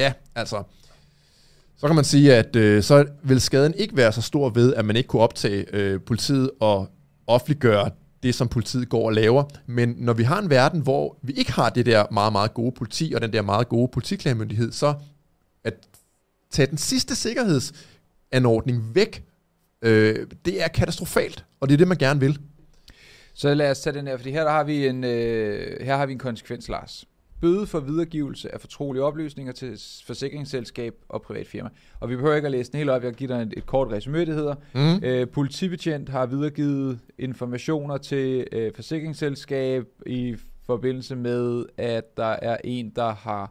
så kan man sige, at så vil skaden ikke være så stor ved, at man ikke kunne optage politiet og offentliggøre det, som politiet går og laver. Men når vi har en verden, hvor vi ikke har det der meget, meget gode politi, og den der meget gode politiklagemyndighed, så at tage den sidste sikkerhedsanordning væk, det er katastrofalt, og det er det, man gerne vil. Så lad os tage den her, fordi her har vi en konsekvens, Lars. Bøde for videregivelse af fortrolige oplysninger til forsikringsselskab og privat firma. Og vi behøver ikke at læse den helt op, jeg giver dig et kort resumé, det hedder. Politibetjent har videregivet informationer til forsikringsselskab i forbindelse med, at der er en, der har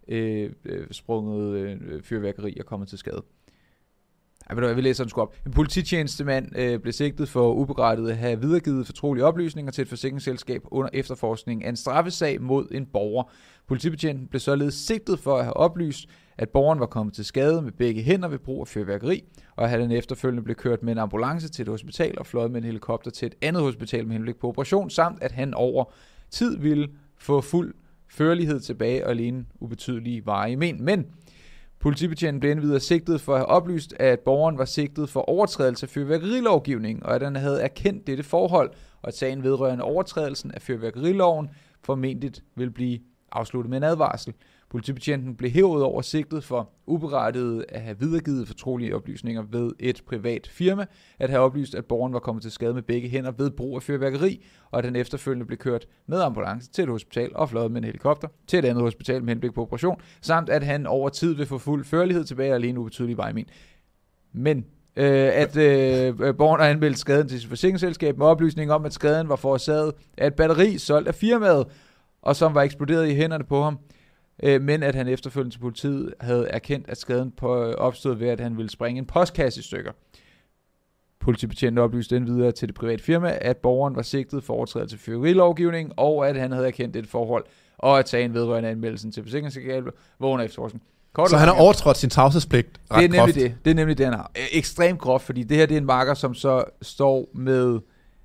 sprunget fyrværkeri og kommet til skade. Jeg vil læse sådan op. En polititjenestemand blev sigtet for uberettiget at have videregivet fortrolige oplysninger til et forsikringsselskab under efterforskning af en straffesag mod en borger. Politibetjenten blev således sigtet for at have oplyst, at borgeren var kommet til skade med begge hænder ved brug af fyrværkeri, og at han efterfølgende blev kørt med en ambulance til et hospital og fløjet med en helikopter til et andet hospital med henblik på operation, samt at han over tid ville få fuld førlighed tilbage og alene ubetydelige varige men. Men politibetjenten blev endvidere sigtet for at have oplyst, at borgeren var sigtet for overtrædelse af fyrværkerilovgivningen, og at han havde erkendt dette forhold, og at sagen vedrørende overtrædelsen af fyrværkeriloven formentligt vil blive afsluttet med en advarsel. Politibetjenten blev herudover sigtet for uberettiget at have videregivet fortrolige oplysninger ved et privat firma, at have oplyst, at borgeren var kommet til skade med begge hænder ved brug af fyrværkeri, og at den efterfølgende blev kørt med ambulance til et hospital og fløjet med en helikopter til et andet hospital med henblik på operation, samt at han over tid vil få fuld førlighed tilbage og alene ubetydelig vejmen. Men at borgeren har anmeldt skaden til sit forsikringsselskab med oplysning om, at skaden var forårsaget af et batteri solgt af firmaet, og som var eksploderet i hænderne på ham, men at han efterfølgende til politiet havde erkendt, at skaden opstod ved, at han ville springe en postkasse i stykker. Politibetjenten oplyste endvidere til det private firma, at borgeren var sigtet for overtrædelse af fyrværkerilovgivningen, og at han havde erkendt et forhold, og at sagen vedrørende anmeldelsen til forsikringsselskabet var under efterforskning. Så han har overtrådt sin tavshedspligt ret groft. Det er nemlig det, han har. Ekstremt groft, fordi det her det er en marker, som så står med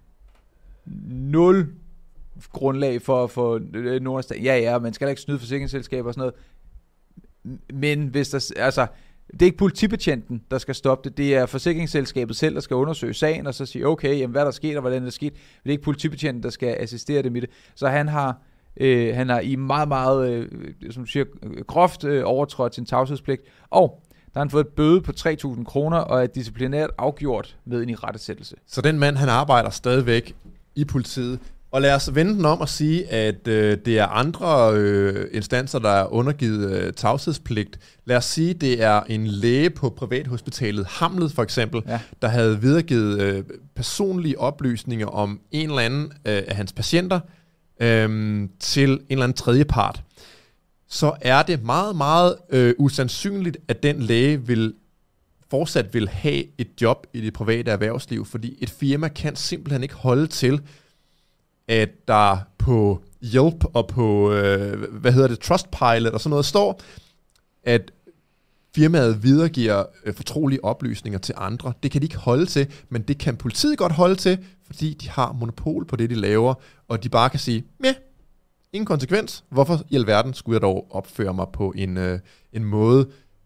0 grundlag for nogen. Ja, man skal da ikke snyde forsikringsselskaber og sådan noget. Men hvis der, altså, det er ikke politibetjenten, der skal stoppe det. Det er forsikringsselskabet selv, der skal undersøge sagen, og så sige, okay, jamen, hvad der er sket, og hvordan det er sket. Det er ikke politibetjenten, der skal assistere dem i det. Så han har i meget, meget, som du siger, groft overtrådt sin tavshedspligt, og der har han fået et bøde på 3.000 kroner, og er disciplinært afgjort med en irettesættelse. Så den mand, han arbejder stadigvæk i politiet. Og lad os vende den om og sige, at det er andre instanser, der er undergivet tavshedspligt. Lad os sige, det er en læge på privathospitalet Hamlet for eksempel, der havde videregivet personlige oplysninger om en eller anden af hans patienter til en eller anden tredje part. Så er det meget, meget usandsynligt, at den læge fortsat vil have et job i det private erhvervsliv, fordi et firma kan simpelthen ikke holde til, at der på Yelp og på, Trustpilot og sådan noget står, at firmaet videregiver fortrolige oplysninger til andre. Det kan de ikke holde til, men det kan politiet godt holde til, fordi de har monopol på det, de laver, og de bare kan sige, ingen konsekvens. Hvorfor i alverden skulle jeg dog opføre mig på en måde,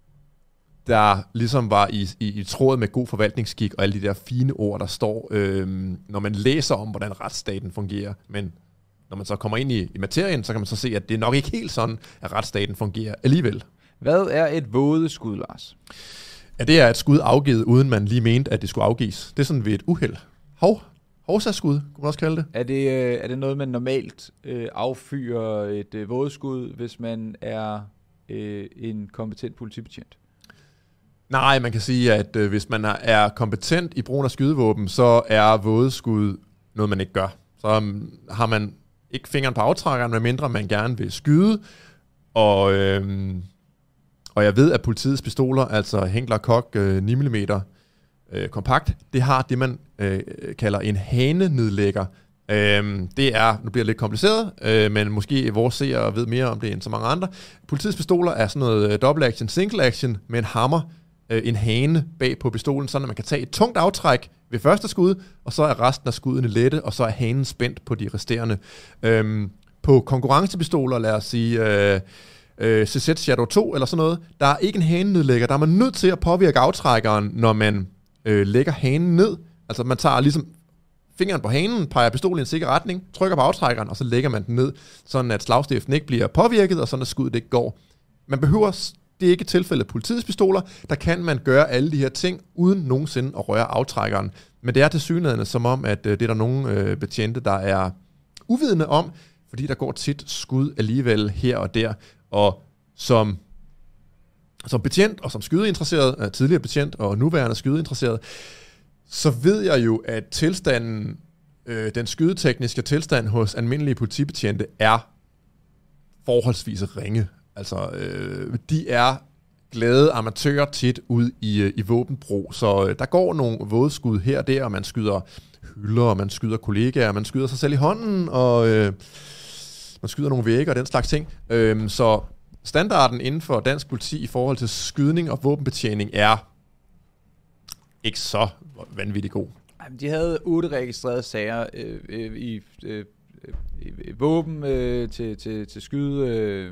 der ligesom var i tråd med god forvaltningsskik og alle de der fine ord, der står, når man læser om, hvordan retsstaten fungerer. Men når man så kommer ind i materien, så kan man så se, at det er nok ikke helt sådan, at retsstaten fungerer alligevel. Hvad er et vådeskud, Lars? Ja, det er et skud afgivet, uden man lige mente, at det skulle afgives. Det er sådan ved et uheld. Hovsaskud, kunne man også kalde det. Er det noget, man normalt affyrer et vådeskud, hvis man er en kompetent politibetjent? Nej, man kan sige, at hvis man er kompetent i brugen af skydevåben, så er vådeskud noget, man ikke gør. Så har man ikke fingeren på aftrækkeren, medmindre man gerne vil skyde. Og jeg ved, at politiets pistoler, altså Henkler Koch 9 mm kompakt, det har det, man kalder en hanenedlægger. Det er, nu bliver det lidt kompliceret, men måske vores seere ved mere om det end så mange andre. Politiets pistoler er sådan noget double action, single action med en hammer, en hane bag på pistolen, sådan at man kan tage et tungt aftræk ved første skud, og så er resten af skuddene lette, og så er hanen spændt på de resterende. På konkurrencepistoler, lad os sige CZ Shadow 2 eller sådan noget, der er ikke en hanenedlægger. Der er man nødt til at påvirke aftrækkeren, når man lægger hanen ned. Altså man tager ligesom fingeren på hanen, peger pistolen i en sikker retning, trykker på aftrækkeren, og så lægger man den ned, sådan at slagstiften ikke bliver påvirket, og sådan at skuddet ikke går. Man behøver, det er ikke tilfældet politiets pistoler, der kan man gøre alle de her ting, uden nogensinde at røre aftrækkeren. Men det er tilsyneladende som om, at det er der nogle betjente, der er uvidende om, fordi der går tit skud alligevel her og der, og som betjent og som skydeinteresseret, tidligere betjent og nuværende skydeinteresseret, så ved jeg jo, at tilstanden, den skydetekniske tilstand hos almindelige politibetjente er forholdsvis ringe. Altså, de er glade amatører tit ud i våbenbrug, så der går nogle vådeskud her og der, og man skyder hylder, og man skyder kollegaer, man skyder sig selv i hånden, og man skyder nogle vægge og den slags ting. Så standarden inden for dansk politi i forhold til skydning og våbenbetjening er ikke så vanvittigt god. De havde 8 registrerede sager i våben til skyde,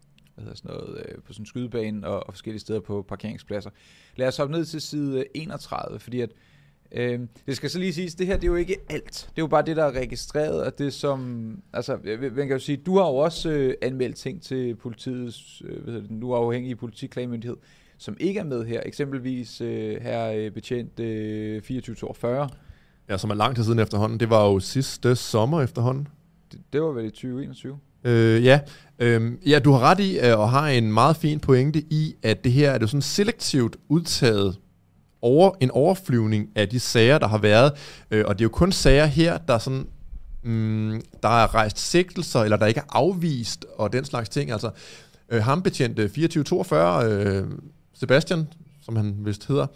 på sådan en skydebane og forskellige steder på parkeringspladser. Lad os hoppe ned til side 31, fordi at det skal så lige siges, det her det er jo ikke alt. Det er jo bare det, der er registreret, og det som, altså, man kan jo sige, du har jo også anmeldt ting til politiets, nu afhængige politiklagemyndighed, som ikke er med her. Eksempelvis her betjent 2442. Ja, som er lang tid siden efterhånden. Det var jo sidste sommer efterhånden. Det var vel i 2021? Ja, du har ret i, og har en meget fin pointe i, at det her er jo sådan selektivt udtaget en overflyvning af de sager, der har været. Og det er jo kun sager her, der sådan, der er rejst sigtelser, eller der ikke er afvist, og den slags ting. Altså, ham betjent 2442, Sebastian, som han vist hedder,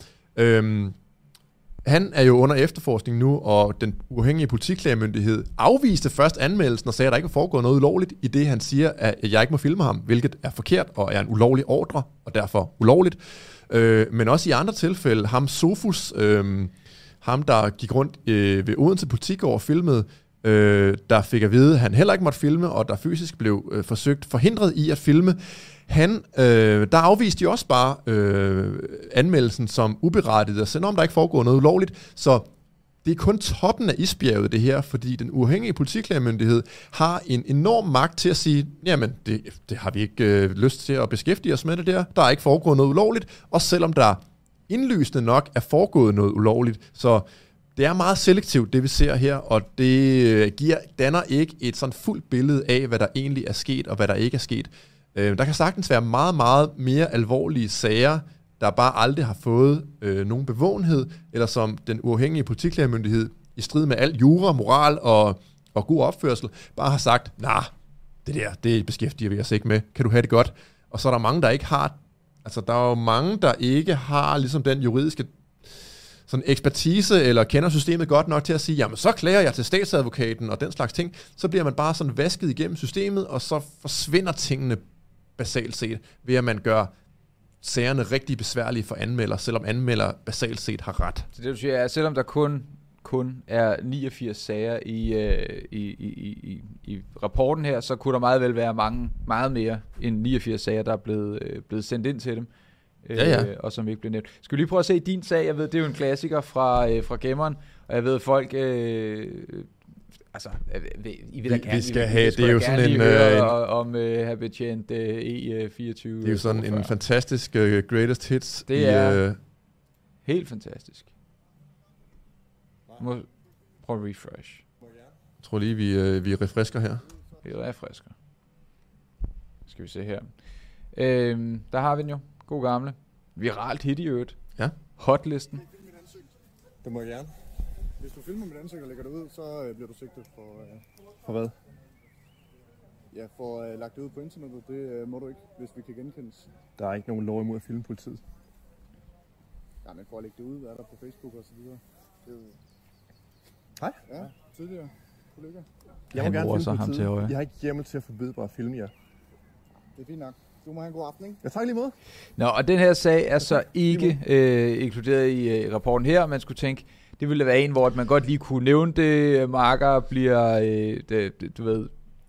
han er jo under efterforskning nu, og den uafhængige politiklagemyndighed afviste først anmeldelsen og sagde, at der ikke var foregået noget ulovligt, i det han siger, at jeg ikke må filme ham, hvilket er forkert og er en ulovlig ordre, og derfor ulovligt. Men også i andre tilfælde, ham Sofus, ham der gik rundt ved Odense Politigård og filmede, der fik at vide, at han heller ikke måtte filme, og der fysisk blev forsøgt forhindret i at filme. Der afviste de også bare anmeldelsen som uberettiget, og selvom der ikke foregår noget ulovligt, så det er kun toppen af isbjerget det her, fordi den uafhængige politiklagemyndighed har en enorm magt til at sige, jamen det har vi ikke lyst til at beskæftige os med det der, der er ikke foregået noget ulovligt, og selvom der indlysende nok er foregået noget ulovligt, så det er meget selektivt, det vi ser her, og det danner ikke et sådan fuldt billede af, hvad der egentlig er sket, og hvad der ikke er sket. Der kan sagtens være meget, meget mere alvorlige sager, der bare aldrig har fået nogen bevågenhed, eller som den uafhængige politiklagemyndighed i strid med al jura, moral og god opførsel, bare har sagt, det beskæftiger vi os ikke med, kan du have det godt? Og så er der mange, der ikke har, altså der er jo mange, der ikke har ligesom den juridiske sådan ekspertise, eller kender systemet godt nok til at sige, jamen så klager jeg til statsadvokaten og den slags ting, så bliver man bare sådan vasket igennem systemet, og så forsvinder tingene basalt set, ved at man gør sagerne rigtig besværlige for anmelder, selvom anmelder basalt set har ret. Så det du siger er, at selvom der kun er 89 sager i rapporten her, så kunne der meget vel være meget mere end 89 sager, der er blevet sendt ind til dem. Og som ikke blev nævnt. Skal vi lige prøve at se din sag? Jeg ved, det er jo en klassiker fra Gemmeren, og jeg ved, folk... I vil da gerne... Vi skal have... Det er jo sådan en... om her betjent E24... Det er jo sådan en fantastisk greatest hits. Det er helt fantastisk. Prøv at refresh. Jeg tror lige, vi refresker her. Vi refresker. Skal vi se her. Der har vi den jo. God gamle. Viralt hit i øvrigt. Ja. Hotlisten. Det må jeg gerne. Hvis du filmer mit ansigt og lægger det ud, så bliver du sigtet for hvad? Ja, for lagt det ud på internettet. Det må du ikke, hvis vi kan genkendes. Der er ikke nogen lov imod at filme politiet. Ja, men for at lægge det ud, er der på Facebook og så videre. Hej. Ja, tidligere kollega. Jeg må gerne filme politiet. Jeg har ikke hjemmel til at forbyde mig at filme jer. Det er fint nok. Du må have en god aften, ikke? Ja, tak lige måde. Nå, og den her sag er så ikke inkluderet i rapporten her. Man skulle tænke, det ville være en, hvor man godt lige kunne nævne det. Marker bliver, du ved...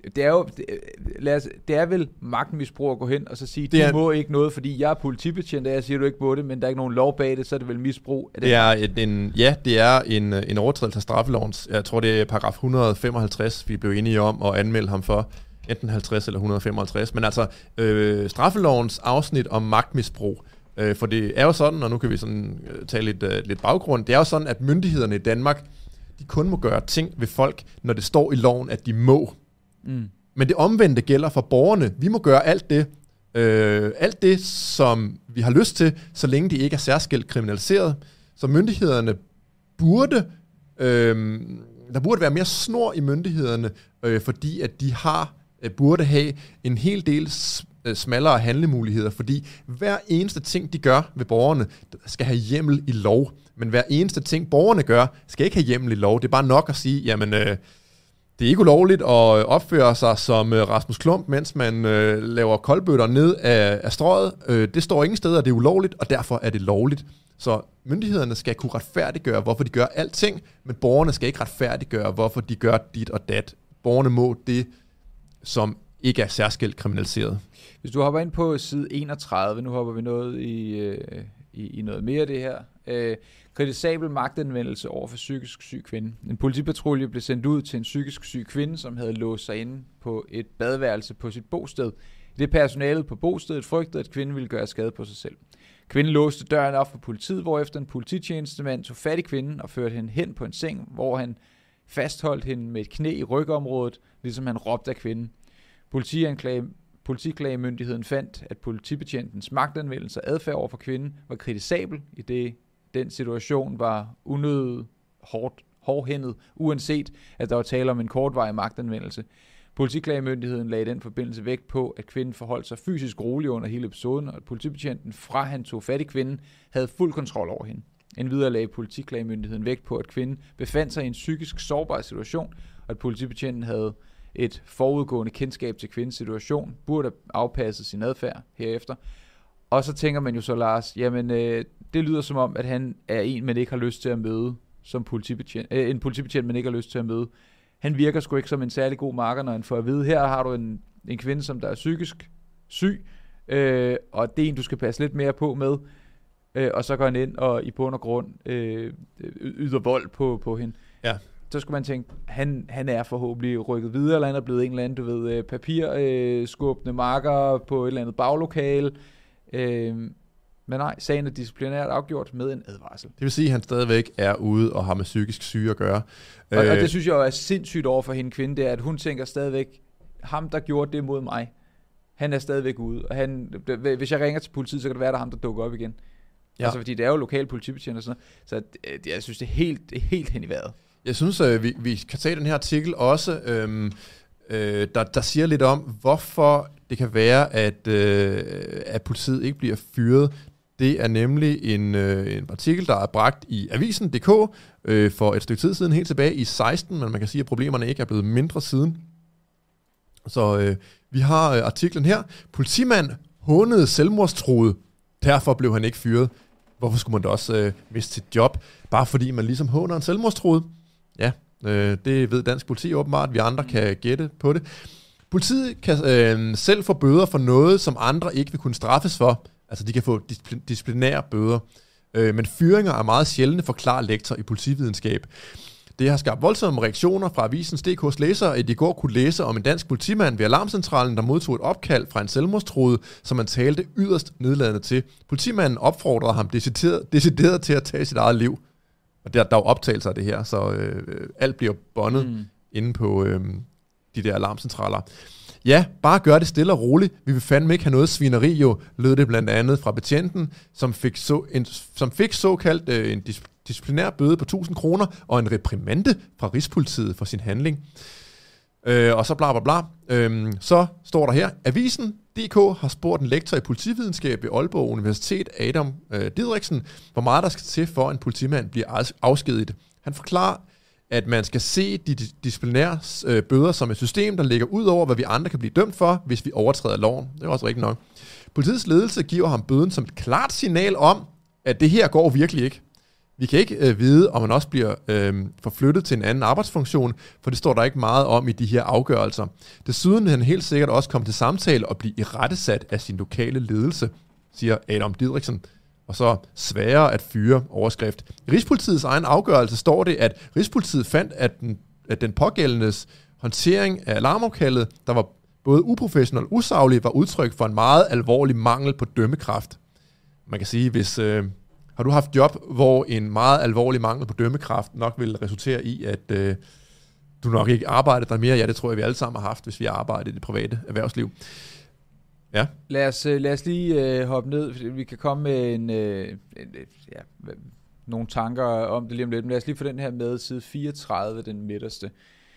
Det er vel magtmisbrug at gå hen og så sige, du må ikke noget, fordi jeg er politibetjent, og jeg siger, du ikke må det, men der er ikke nogen lov bag det, så er det vel misbrug af det. Det er en overtrædelse af straffelovens, jeg tror det er paragraf 155, vi blev enige om at anmelde ham for, enten 50 eller 155, men altså straffelovens afsnit om magtmisbrug, for det er jo sådan, og nu kan vi sådan tage lidt baggrund, det er jo sådan, at myndighederne i Danmark, de kun må gøre ting ved folk, når det står i loven, at de må. Men det omvendte gælder for borgerne. Vi må gøre alt det, som vi har lyst til, så længe de ikke er særskilt kriminaliseret. Så myndighederne burde, der burde være mere snor i myndighederne, fordi at de burde have en hel del smallere handlemuligheder, fordi hver eneste ting, de gør ved borgerne, skal have hjemmel i lov. Men hver eneste ting, borgerne gør, skal ikke have hjemmel i lov. Det er bare nok at sige, jamen... Det er ikke ulovligt at opføre sig som Rasmus Klump, mens man laver koldbøtter ned af strøget. Det står ingen steder, det er ulovligt, og derfor er det lovligt. Så myndighederne skal kunne retfærdiggøre, hvorfor de gør alting, men borgerne skal ikke retfærdiggøre, hvorfor de gør dit og dat. Borgerne må det, som ikke er særskilt kriminaliseret. Hvis du hopper ind på side 31, nu hopper vi noget i noget mere af det her. Kritisabel magtanvendelse over for psykisk syg kvinde. En politipatrulje blev sendt ud til en psykisk syg kvinde, som havde låst sig inde på et badeværelse på sit bosted. Det personalet på bostedet frygtede, at kvinden ville gøre skade på sig selv. Kvinden låste døren op for politiet, hvorefter en polititjenestemand tog fat i kvinden og førte hende hen på en seng, hvor han fastholdt hende med et knæ i rygområdet, ligesom han råbte af kvinden. Politiklagemyndigheden fandt, at politibetjentens magtanvendelse og adfærd over for kvinden var kritisabel, i det den situation var unødigt hårdhændet, uanset at der var tale om en kortvarig magtanvendelse. Politiklagemyndigheden lagde i den forbindelse vægt på, at kvinden forholdt sig fysisk rolig under hele episoden, og at politibetjenten, fra han tog fat i kvinden, havde fuld kontrol over hende. Endvidere lagde politiklagemyndigheden vægt på, at kvinden befandt sig i en psykisk sårbar situation, og at politibetjenten havde et forudgående kendskab til kvindens situation, burde afpasse sin adfærd herefter. Og så tænker man jo så, Lars, jamen det lyder som om, at han er en, man ikke har lyst til at møde som politibetjent. En politibetjent, man ikke har lyst til at møde. Han virker sgu ikke som en særlig god marker, når han får at vide, her har du en kvinde, som der er psykisk syg, og det er en, du skal passe lidt mere på med, og så går han ind og i bund og grund yder vold på hende. Ja. Så skulle man tænke, han er forhåbentlig rykket videre, eller han er blevet en eller anden, du ved, papirskubbende marker på et eller andet baglokale. Men nej, sagen er disciplinært afgjort med en advarsel. Det vil sige, at han stadigvæk er ude og har med psykisk syge at gøre. Og det synes jeg jo er sindssygt over for hende kvinde, det er, at hun tænker stadigvæk, ham der gjorde det mod mig, han er stadigvæk ude. Og hvis jeg ringer til politiet, så kan det være, at der er ham, der dukker op igen. Ja. Altså fordi det er jo lokal politibetjent og sådan noget. Så jeg synes, det er helt hen i vejret. Jeg synes, vi kan tage den her artikel også, der siger lidt om, hvorfor det kan være, at politiet ikke bliver fyret. Det er nemlig en artikel, der er bragt i avisen.dk for et stykke tid siden, helt tilbage i 16, men man kan sige, at problemerne ikke er blevet mindre siden. Så vi har artiklen her. Politimand hånede selvmordstruet Derfor blev han ikke fyret. Hvorfor skulle man da også miste sit job? Bare fordi man ligesom håner en selvmordstruet? Ja, det ved dansk politi åbenbart. Vi andre kan gætte på det. Politiet kan selv få bøder for noget, som andre ikke vil kunne straffes for. Altså, de kan få disciplinære bøder. Men fyringer er meget sjældne, forklarer lektor i politividenskab. Det har skabt voldsomme reaktioner fra avisens DK's læsere, at de i går kunne læse om en dansk politimand ved alarmcentralen, der modtog et opkald fra en selvmordstruet, som man talte yderst nedladende til. Politimanden opfordrede ham decideret til at tage sit eget liv. Og der er jo optagelser af det her, så alt bliver bondet inde på de der alarmcentraler. Ja, bare gør det stille og roligt. Vi vil fandme ikke have noget svineri, jo, lød det blandt andet fra betjenten, som fik såkaldt en disciplinær bøde på 1.000 kroner og en reprimande fra Rigspolitiet for sin handling. Og så bla bla bla. Så står der her, Avisen DK har spurgt en lektor i politividenskab ved Aalborg Universitet, Adam Didriksen, hvor meget der skal til for, at en politimand bliver afskediget. Han forklarer, at man skal se de disciplinære bøder som et system, der ligger ud over, hvad vi andre kan blive dømt for, hvis vi overtræder loven. Det er også rigtigt nok. Politiets ledelse giver ham bøden som et klart signal om, at det her går virkelig ikke. Vi kan ikke vide, om man også bliver forflyttet til en anden arbejdsfunktion, for det står der ikke meget om i de her afgørelser. Desuden vil han helt sikkert også komme til samtale og blive irettesat af sin lokale ledelse, siger Adam Didriksen. Og så sværere at fyre overskrift. I Rigspolitiets egen afgørelse står det, at Rigspolitiet fandt, at den pågældendes håndtering af alarmopkaldet, der var både uprofessionel og usaglig, var udtryk for en meget alvorlig mangel på dømmekraft. Man kan sige, hvis har du haft job, hvor en meget alvorlig mangel på dømmekraft nok vil resultere i, at du nok ikke arbejder der mere? Ja, det tror jeg, vi alle sammen har haft, hvis vi har arbejdet i det private erhvervsliv. Ja. Lad os lige hoppe ned, fordi vi kan komme med nogle tanker om det lige om lidt. Men lad os lige få den her med, side 34, den midterste.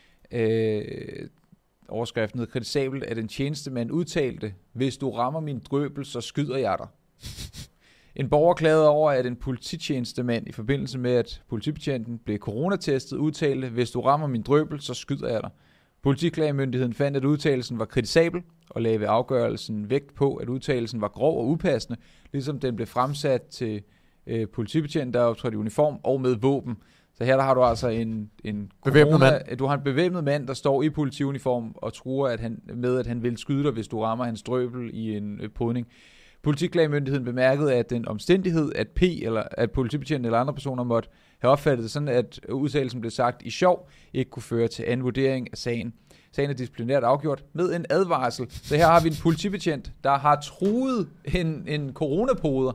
Overskriften hedder, kritisabelt, at en tjenestemand udtalte, hvis du rammer min drøbel, så skyder jeg dig. En borger klagede over, at en polititjenestemand i forbindelse med, at politibetjenten blev coronatestet, udtalte, hvis du rammer min drøbel, så skyder jeg dig. Politiklagemyndigheden fandt, at udtalelsen var kritisabel og lagde ved afgørelsen vægt på, at udtalelsen var grov og upassende, ligesom den blev fremsat til politibetjent, der optrådte i uniform og med våben. Så her der har du altså en du har en bevæbnet mand, der står i politiuniform og truer at han vil skyde dig, hvis du rammer hans drøbel i en podning. Politiklagemyndigheden bemærkede, at den omstændighed, at politibetjenten eller andre personer måtte have opfattet det sådan, at udtalelsen blev sagt i sjov, ikke kunne føre til anden vurdering af sagen. Sagen er disciplinært afgjort med en advarsel. Så her har vi en politibetjent, der har truet en coronapoder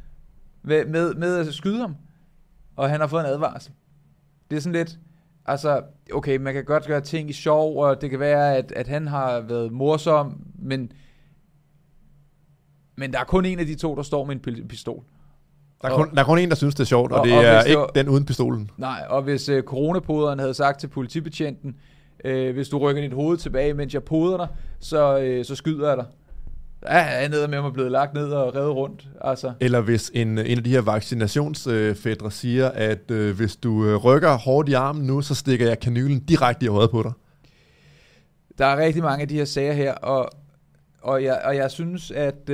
med at skyde ham, og han har fået en advarsel. Det er sådan lidt, altså, okay, man kan godt gøre ting i sjov, og det kan være, at han har været morsom, men der er kun en af de to, der står med en pistol. Der er kun en, der synes, det er sjovt, og det er ikke den uden pistolen. Nej, og hvis coronapoderen havde sagt til politibetjenten, hvis du rykker dit hoved tilbage, mens jeg poder dig, så skyder jeg dig. Ja, jeg er nede med mig blevet lagt ned og revet rundt. Altså. Eller hvis en af de her vaccinationsfædre siger, at hvis du rykker hårdt i armen nu, så stikker jeg kanylen direkte i øjet på dig. Der er rigtig mange af de her sager her, og jeg synes, at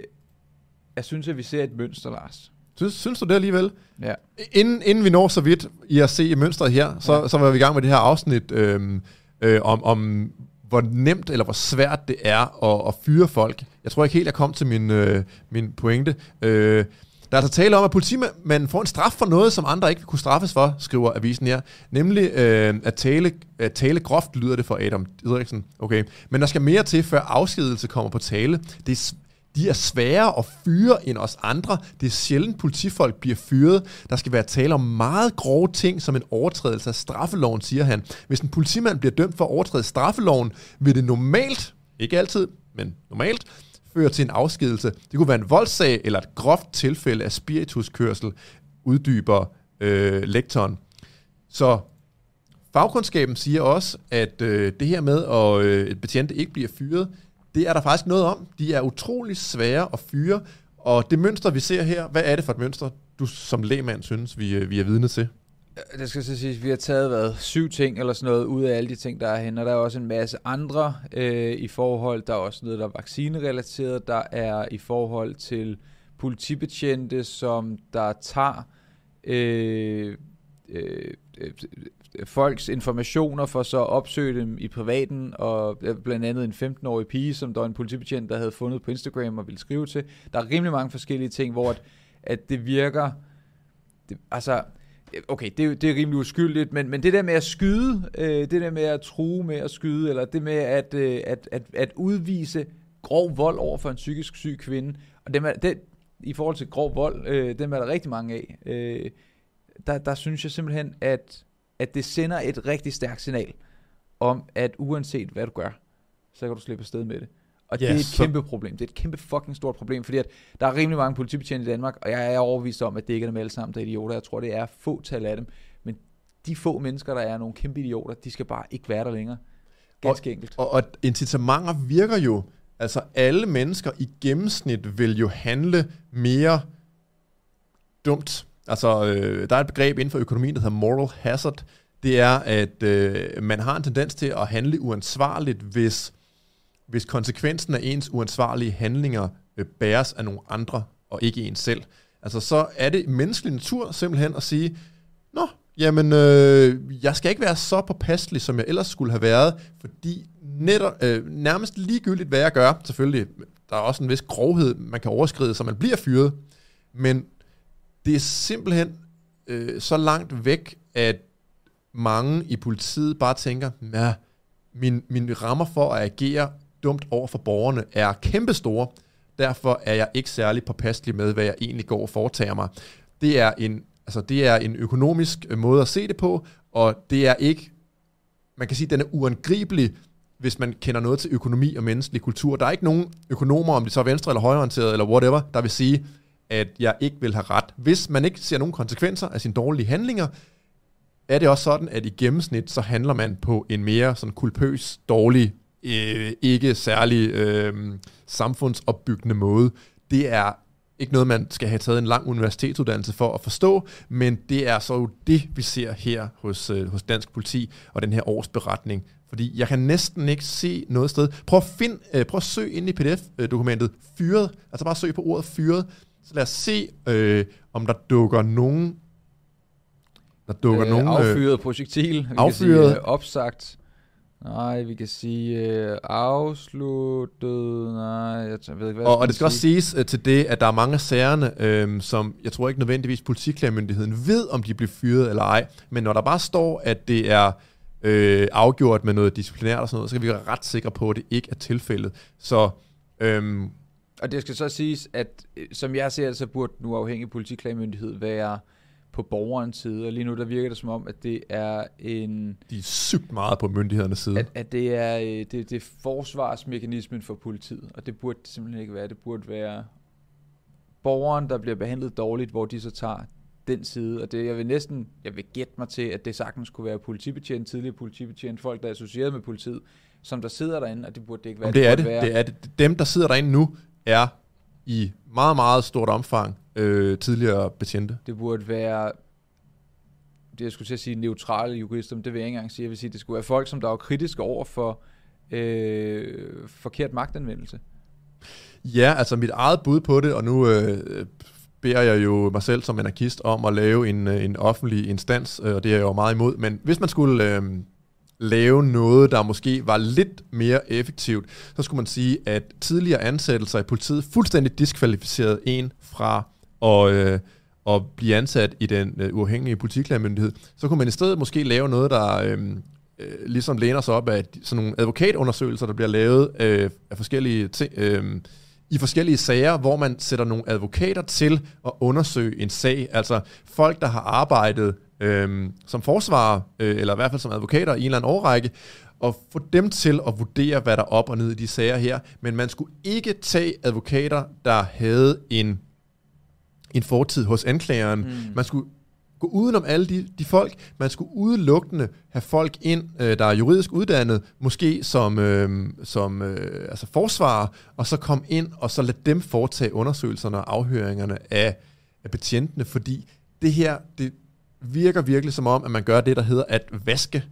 vi ser et mønster, Lars. Synes du det alligevel? Ja. Inden vi når så vidt i at se mønstret her, så var vi i gang med det her afsnit om hvor nemt eller hvor svært det er at fyre folk. Jeg tror ikke helt, jeg kom til min pointe. Der er altså tale om, at politimanden får en straf for noget, som andre ikke vil kunne straffes for, skriver avisen her. Nemlig at tale groft, lyder det for Adam Didriksen. Okay. Men der skal mere til, før afskedelse kommer på tale. De er sværere at fyre end os andre. Det er sjældent, politifolk bliver fyret. Der skal være tale om meget grove ting, som en overtrædelse af straffeloven, siger han. Hvis en politimand bliver dømt for at overtræde straffeloven, vil det normalt, ikke altid, men normalt, føre til en afskedelse. Det kunne være en voldssag eller et groft tilfælde af spirituskørsel, uddyber lektoren. Så fagkundskaben siger også, at det her med, at et betjente ikke bliver fyret, det er der faktisk noget om. De er utrolig svære at fyre, og det mønster, vi ser her, hvad er det for et mønster, du som lægmand synes, vi er vidne til? Det skal så sige, at vi har taget 7 ting eller sådan noget ud af alle de ting, der er henne, og der er også en masse andre i forhold. Der er også noget, der er vaccinerelateret, der er i forhold til politibetjente, som der tager folks informationer for så at opsøge dem i privaten, og blandt andet en 15-årig pige, som der var en politibetjent, der havde fundet på Instagram og ville skrive til. Der er rimelig mange forskellige ting, hvor at det virker... Okay, det er rimelig uskyldigt, men det der med at skyde, det der med at true med at skyde, eller det med at udvise grov vold over for en psykisk syg kvinde, og i forhold til grov vold, dem er der rigtig mange af, der synes jeg simpelthen, at det sender et rigtig stærkt signal om, at uanset hvad du gør, så kan du slippe afsted med det. Og det er et kæmpe problem. Det er et kæmpe fucking stort problem, fordi at der er rimelig mange politibetjente i Danmark, og jeg er overbevist om, at det ikke er dem alle sammen, der er idioter. Jeg tror, det er få tal af dem. Men de få mennesker, der er nogle kæmpe idioter, de skal bare ikke være der længere. Ganske enkelt. Og incitamenter virker jo, altså alle mennesker i gennemsnit vil jo handle mere dumt. Altså, der er et begreb inden for økonomien, der hedder moral hazard. Det er, at man har en tendens til at handle uansvarligt, hvis konsekvensen af ens uansvarlige handlinger bæres af nogle andre, og ikke ens selv. Altså, så er det menneskelig natur simpelthen at sige, nå, jamen, jeg skal ikke være så påpasselig, som jeg ellers skulle have været, fordi nærmest ligegyldigt, hvad jeg gør, selvfølgelig, der er også en vis grovhed, man kan overskride, så man bliver fyret, men det er simpelthen så langt væk, at mange i politiet bare tænker, ja, mine rammer for at agere dumt over for borgerne er kæmpestore, derfor er jeg ikke særlig påpasselig med, hvad jeg egentlig går og foretager mig. Det er en økonomisk måde at se det på, og det er ikke, man kan sige, den er uangribelig, hvis man kender noget til økonomi og menneskelig kultur. Der er ikke nogen økonomer, om de så er venstre- eller højreorienterede, eller whatever, der vil sige, at jeg ikke vil have ret. Hvis man ikke ser nogen konsekvenser af sine dårlige handlinger, er det også sådan, at i gennemsnit, så handler man på en mere sådan kulpøs, dårlig, ikke særlig samfundsopbyggende måde. Det er ikke noget, man skal have taget en lang universitetsuddannelse for at forstå, men det er så jo det, vi ser her hos dansk politi og den her årsberetning. Fordi jeg kan næsten ikke se noget sted. Prøv at søge ind i PDF-dokumentet fyret, altså bare søg på ordet fyret, så lad os se, om der dukker nogen... affyret projektil, vi affyret. kan sige opsagt. Nej, vi kan sige afsluttet. Nej, jeg ved ikke, hvad og det skal også siges til det, at der er mange af sagerne, som jeg tror ikke nødvendigvis politiklagemyndigheden ved, om de bliver fyret eller ej. Men når der bare står, at det er afgjort med noget disciplinært og sådan noget, så kan vi være ret sikre på, at det ikke er tilfældet. Så... Og det skal så siges, at som jeg ser det, så burde den uafhængige politiklagemyndighed være på borgerens side, og lige nu der virker det som om, at det er en... De er sygt meget på myndighedernes side. At det er det er forsvarsmekanismen for politiet, og det burde det simpelthen ikke være. Det burde være borgeren, der bliver behandlet dårligt, hvor de så tager den side, og det, jeg vil gætte mig til, at det sagtens kunne være politibetjent, tidligere politibetjent, folk, der er associeret med politiet, som der sidder derinde, og det burde det ikke være. Det er det. Dem, der sidder derinde nu, er i meget, meget stort omfang tidligere betjente. Det burde være, det jeg skulle til at sige, neutrale jurister, men det vil jeg ikke engang sige. Jeg vil sige, det skulle være folk, som der er kritiske over for forkert magtanvendelse. Ja, altså mit eget bud på det, og nu beder jeg jo mig selv som anarkist om at lave en offentlig instans, og det er jeg jo meget imod, men hvis man skulle lave noget, der måske var lidt mere effektivt, så skulle man sige, at tidligere ansættelser i politiet fuldstændig diskvalificerede en fra at blive ansat i den uafhængige politiklagemyndighed. Så kunne man i stedet måske lave noget, der ligesom læner sig op af sådan nogle advokatundersøgelser, der bliver lavet af forskellige i forskellige sager, hvor man sætter nogle advokater til at undersøge en sag. Altså folk, der har arbejdet som forsvarer, eller i hvert fald som advokater i en eller anden årrække, og få dem til at vurdere, hvad der er op og ned i de sager her. Men man skulle ikke tage advokater, der havde en fortid hos anklageren. Man skulle gå udenom alle de folk. Man skulle udelukkende have folk ind, der er juridisk uddannet, måske som altså forsvarer, og så komme ind og så lade dem foretage undersøgelserne og afhøringerne af betjentene, fordi det her, det virker virkelig som om, at man gør det, der hedder at vaske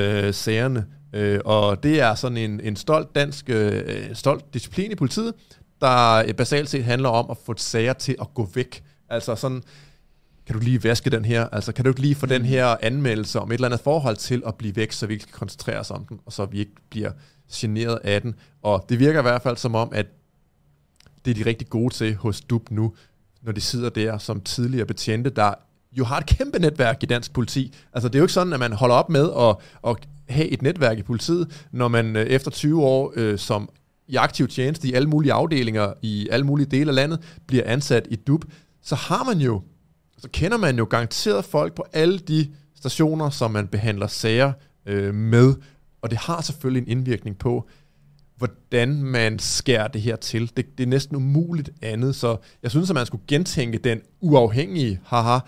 sagerne. Og det er sådan en stolt dansk, stolt disciplin i politiet. der basalt set handler om at få sager til at gå væk. Altså sådan, kan du lige vaske den her? Altså, kan du ikke lige få den her anmeldelse om et eller andet forhold til at blive væk, så vi ikke skal koncentrere os om den, og så vi ikke bliver generet af den. Og det virker i hvert fald som om, at det er de rigtig gode til hos DUP nu, når de sidder der som tidligere betjente, der jo har et kæmpe netværk i dansk politi. Altså, det er jo ikke sådan, at man holder op med at have et netværk i politiet, når man efter 20 år som i aktiv tjeneste i alle mulige afdelinger i alle mulige dele af landet bliver ansat i DUP, så kender man jo garanteret folk på alle de stationer, som man behandler sager med, og det har selvfølgelig en indvirkning på, hvordan man skærer det her til. Det er næsten umuligt andet, så jeg synes, at man skulle gentænke den uafhængige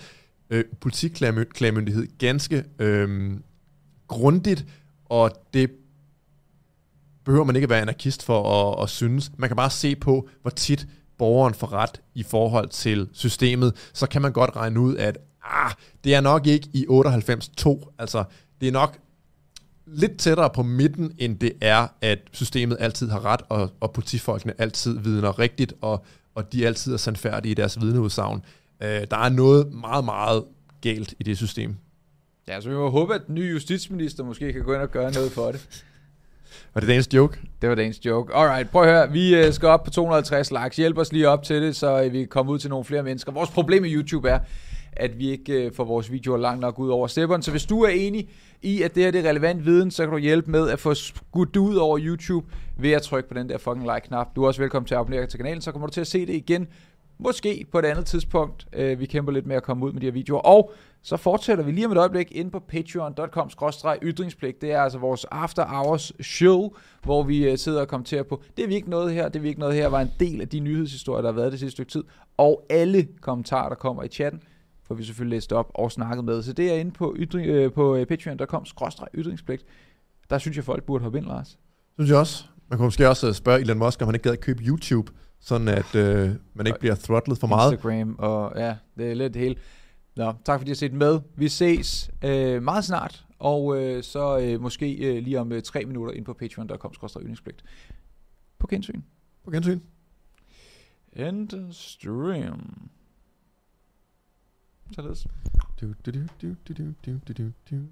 politiklagemyndighed ganske grundigt, og det behøver man ikke at være anarkist for at synes. Man kan bare se på, hvor tit borgeren får ret i forhold til systemet, så kan man godt regne ud, at det er nok ikke i 98-2. Altså, det er nok lidt tættere på midten, end det er, at systemet altid har ret, og politifolkene altid vidner rigtigt, og de altid er sandfærdige i deres vidneudsagn. Der er noget meget, meget galt i det system. Ja, så vi må håbe, at den nye justitsminister måske kan gå ind og gøre noget for det. Var det dagens joke? Det var dagens joke. Alright, prøv at høre. Vi skal op på 250 likes. Hjælp os lige op til det, så vi kan komme ud til nogle flere mennesker. Vores problem med YouTube er, at vi ikke får vores videoer langt nok ud over stepperen. Så hvis du er enig i, at det her det er relevant viden, så kan du hjælpe med at få skudt ud over YouTube ved at trykke på den der fucking like-knap. Du er også velkommen til at abonnere til kanalen, så kommer du til at se det igen. Måske på et andet tidspunkt. Vi kæmper lidt med at komme ud med de her videoer. Og så fortsætter vi lige om et øjeblik inde på patreon.com/ytringspligt. Det er altså vores after hours show, hvor vi sidder og kommenterer på, det er vi ikke noget her, det er vi ikke noget her, var en del af de nyhedshistorier, der har været det sidste stykke tid. Og alle kommentarer, der kommer i chatten, får vi selvfølgelig læst op og snakket med. Så det er inde på patreon.com/ytringspligt. Der synes jeg, folk burde hoppe ind, Lars. Synes jeg også. Man kunne måske også spørge Elon Musk, om han ikke gad at købe YouTube, sådan at man ikke bliver throttlet for meget. Instagram, og ja, det er lidt det hele. Nå, tak fordi I har set med. Vi ses meget snart, og så måske lige om 3 minutter ind på patreon.com/ytringspligt. På gensyn. På gensyn. End stream. Således.